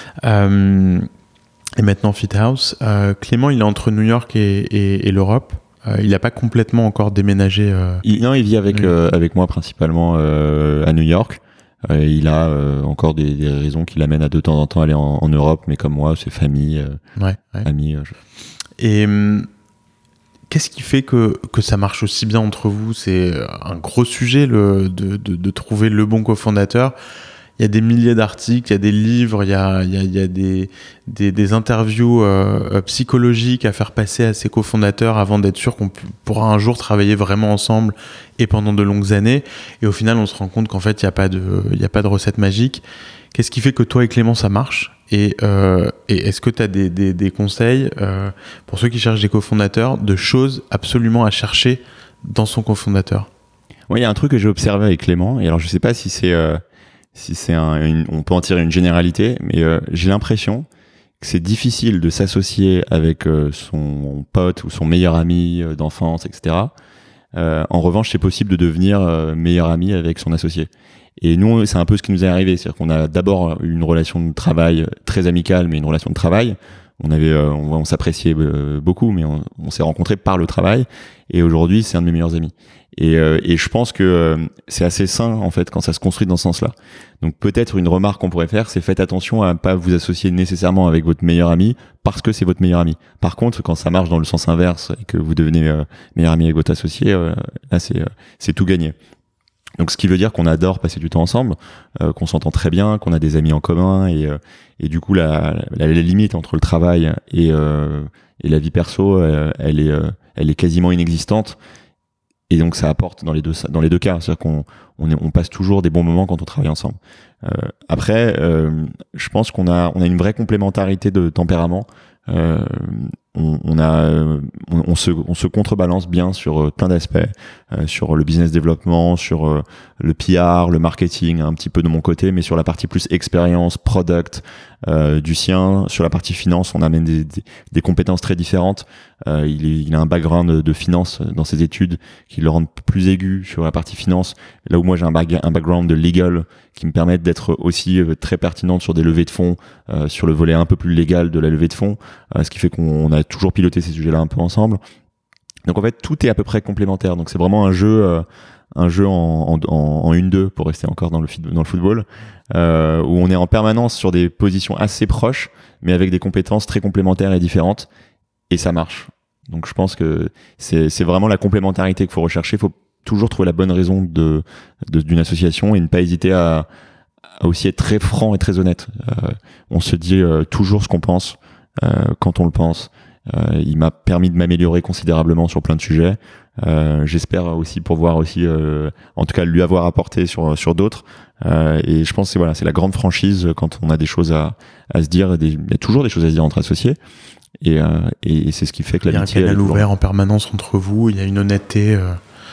Euh, Et maintenant Fit House. Euh, Clément, il est entre New York et, et, et l'Europe. Euh, il n'a pas complètement encore déménagé. Euh... Il, non, il vit avec, euh, avec moi principalement euh, à New York. Euh, il a euh, encore des, des raisons qui l'amènent à de temps en temps aller en, en Europe, mais comme moi, c'est famille, euh, ouais, ouais. amis. Euh, je... Et hum, qu'est-ce qui fait que, que ça marche aussi bien entre vous? C'est un gros sujet le, de, de, de trouver le bon cofondateur. Il y a des milliers d'articles, il y a des livres, il y a, il y a, il y a des, des, des interviews euh, psychologiques à faire passer à ses cofondateurs avant d'être sûr qu'on pourra un jour travailler vraiment ensemble et pendant de longues années. Et au final, on se rend compte qu'en fait, il n'y a pas de, il y a pas de recette magique. Qu'est-ce qui fait que toi et Clément, ça marche? Et, euh, et est-ce que tu as des, des, des conseils euh, pour ceux qui cherchent des cofondateurs, de choses absolument à chercher dans son cofondateur? Oui, il y a un truc que j'ai observé avec Clément, et alors je ne sais pas si c'est... Euh... si c'est un, une, on peut en tirer une généralité, mais euh, j'ai l'impression que c'est difficile de s'associer avec euh, son pote ou son meilleur ami euh, d'enfance, et cetera. Euh, en revanche, c'est possible de devenir euh, meilleur ami avec son associé. Et nous, c'est un peu ce qui nous est arrivé, c'est-à-dire qu'on a d'abord une relation de travail très amicale, mais une relation de travail. On avait, euh, on, on s'appréciait euh, beaucoup, mais on, on s'est rencontrés par le travail. Et aujourd'hui, c'est un de mes meilleurs amis. Et, euh, et je pense que euh, c'est assez sain en fait quand ça se construit dans ce sens-là. Donc peut-être une remarque qu'on pourrait faire, c'est faites attention à pas vous associer nécessairement avec votre meilleur ami parce que c'est votre meilleur ami. Par contre, quand ça marche dans le sens inverse et que vous devenez euh, meilleur ami avec votre associé, euh, là c'est euh, c'est tout gagné. Donc ce qui veut dire qu'on adore passer du temps ensemble, euh, qu'on s'entend très bien, qu'on a des amis en commun et euh, et du coup la, la, la limite entre le travail et euh, et la vie perso, euh, elle est euh, elle est quasiment inexistante. Et donc ça apporte dans les deux dans les deux cas, c'est-à-dire qu'on on, est, on passe toujours des bons moments quand on travaille ensemble. Euh, après, euh, je pense qu'on a on a une vraie complémentarité de tempérament. Euh, on, on a on, on se on se contrebalance bien sur euh, plein d'aspects, euh, sur le business développement, sur euh, le P R, le marketing, un petit peu de mon côté, mais sur la partie plus expérience, product euh, du sien, sur la partie finance, on amène des, des, des compétences très différentes. Euh, il, est, il a un background de finance dans ses études qui le rend plus aigu sur la partie finance, là où moi j'ai un, bag, un background de legal qui me permet d'être aussi euh, très pertinente sur des levées de fonds, euh, sur le volet un peu plus légal de la levée de fonds, euh, ce qui fait qu'on a toujours piloté ces sujets-là un peu ensemble. Donc en fait tout est à peu près complémentaire, donc c'est vraiment un jeu euh, un jeu en, en, en une deux pour rester encore dans le, dans le football, euh, où on est en permanence sur des positions assez proches mais avec des compétences très complémentaires et différentes. Et ça marche. Donc je pense que c'est, c'est vraiment la complémentarité qu'il faut rechercher. Il faut toujours trouver la bonne raison de, de, d'une association et ne pas hésiter à, à aussi être très franc et très honnête. Euh, on se dit euh, toujours ce qu'on pense euh, quand on le pense. Euh, il m'a permis de m'améliorer considérablement sur plein de sujets. Euh, j'espère aussi pouvoir aussi, euh, en tout cas, lui avoir apporté sur sur d'autres. Euh, et je pense que c'est, voilà, c'est la grande franchise quand on a des choses à, à se dire. Des, il y a toujours des choses à se dire entre associés. Et, euh, et c'est ce qui fait que l'amitié... Il y a un canal ouvert en permanence entre vous, il y a une honnêteté. Euh...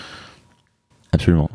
Absolument.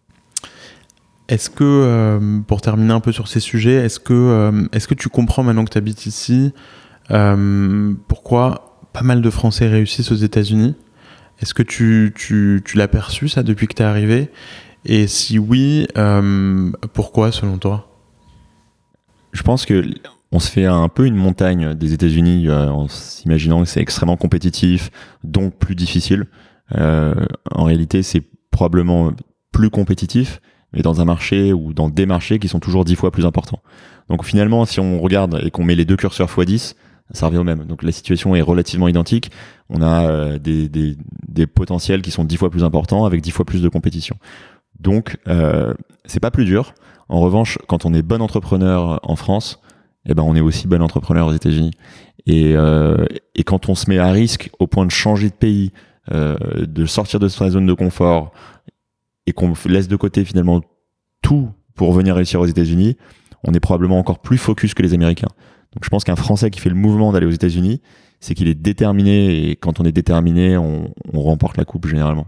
Est-ce que, euh, pour terminer un peu sur ces sujets, est-ce que, euh, est-ce que tu comprends maintenant que tu habites ici, euh, pourquoi pas mal de Français réussissent aux États-Unis. Est-ce que tu, tu, tu l'as perçu, ça, depuis que tu es arrivé ? Et si oui, euh, pourquoi, selon toi ? Je pense que on se fait un peu une montagne des États-Unis euh, en s'imaginant que c'est extrêmement compétitif, donc plus difficile. Euh, en réalité, c'est probablement plus compétitif, mais dans un marché ou dans des marchés qui sont toujours dix fois plus importants. Donc finalement, si on regarde et qu'on met les deux curseurs fois dix, ça revient au même. Donc la situation est relativement identique. On a euh, des, des, des potentiels qui sont dix fois plus importants avec dix fois plus de compétition. Donc euh, c'est pas plus dur. En revanche, quand on est bon entrepreneur en France, eh ben on est aussi bon entrepreneur aux États-Unis. Et, euh, et quand on se met à risque au point de changer de pays, euh, de sortir de sa zone de confort et qu'on laisse de côté finalement tout pour venir réussir aux États-Unis, on est probablement encore plus focus que les Américains. Donc je pense qu'un Français qui fait le mouvement d'aller aux États-Unis, c'est qu'il est déterminé, et quand on est déterminé, on, on remporte la coupe généralement.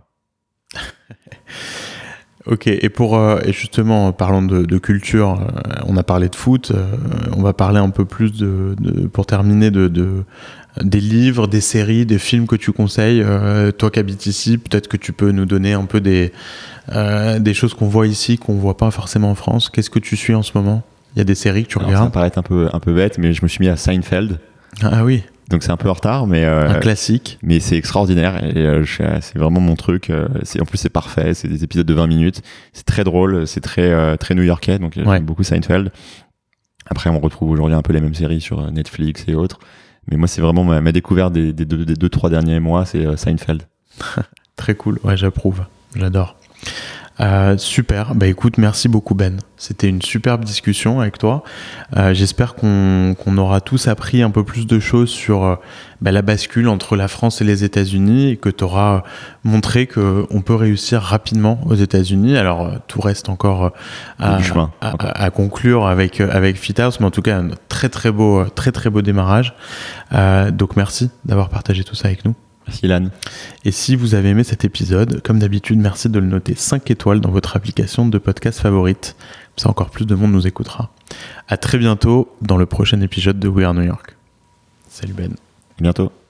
Ok, et pour euh, et justement, parlons de, de culture, euh, on a parlé de foot, euh, on va parler un peu plus de, de pour terminer de, de des livres, des séries, des films que tu conseilles. Euh, toi qui habites ici, peut-être que tu peux nous donner un peu des euh, des choses qu'on voit ici, qu'on voit pas forcément en France. Qu'est-ce que tu suis en ce moment ? Il y a des séries que tu Alors, regardes ? ça va paraître un peu un peu bête, mais je me suis mis à Seinfeld. Ah oui. Donc c'est un peu en retard, mais euh, un classique. Mais c'est extraordinaire et euh, je, c'est vraiment mon truc. Euh, c'est en plus c'est parfait. C'est des épisodes de vingt minutes. C'est très drôle. C'est très euh, très new-yorkais. Donc ouais. J'aime beaucoup Seinfeld. Après on retrouve aujourd'hui un peu les mêmes séries sur Netflix et autres. Mais moi c'est vraiment ma, ma découverte des, des, deux, des deux trois derniers mois, c'est euh, Seinfeld. Très cool. Ouais, j'approuve. J'adore. Euh, super, bah écoute, merci beaucoup Ben. C'était une superbe discussion avec toi. Euh, j'espère qu'on, qu'on aura tous appris un peu plus de choses sur euh, bah, la bascule entre la France et les États-Unis et que tu auras montré qu'on peut réussir rapidement aux États-Unis. Alors tout reste encore à, chemin, à, encore. à, à conclure avec avec FitHouse, mais en tout cas un très très beau très très beau démarrage. Euh, donc merci d'avoir partagé tout ça avec nous. Merci Ilan. Et si vous avez aimé cet épisode, comme d'habitude, merci de le noter cinq étoiles dans votre application de podcast favorite. Comme ça, encore plus de monde nous écoutera. À très bientôt dans le prochain épisode de We Are New York. Salut Ben. À bientôt.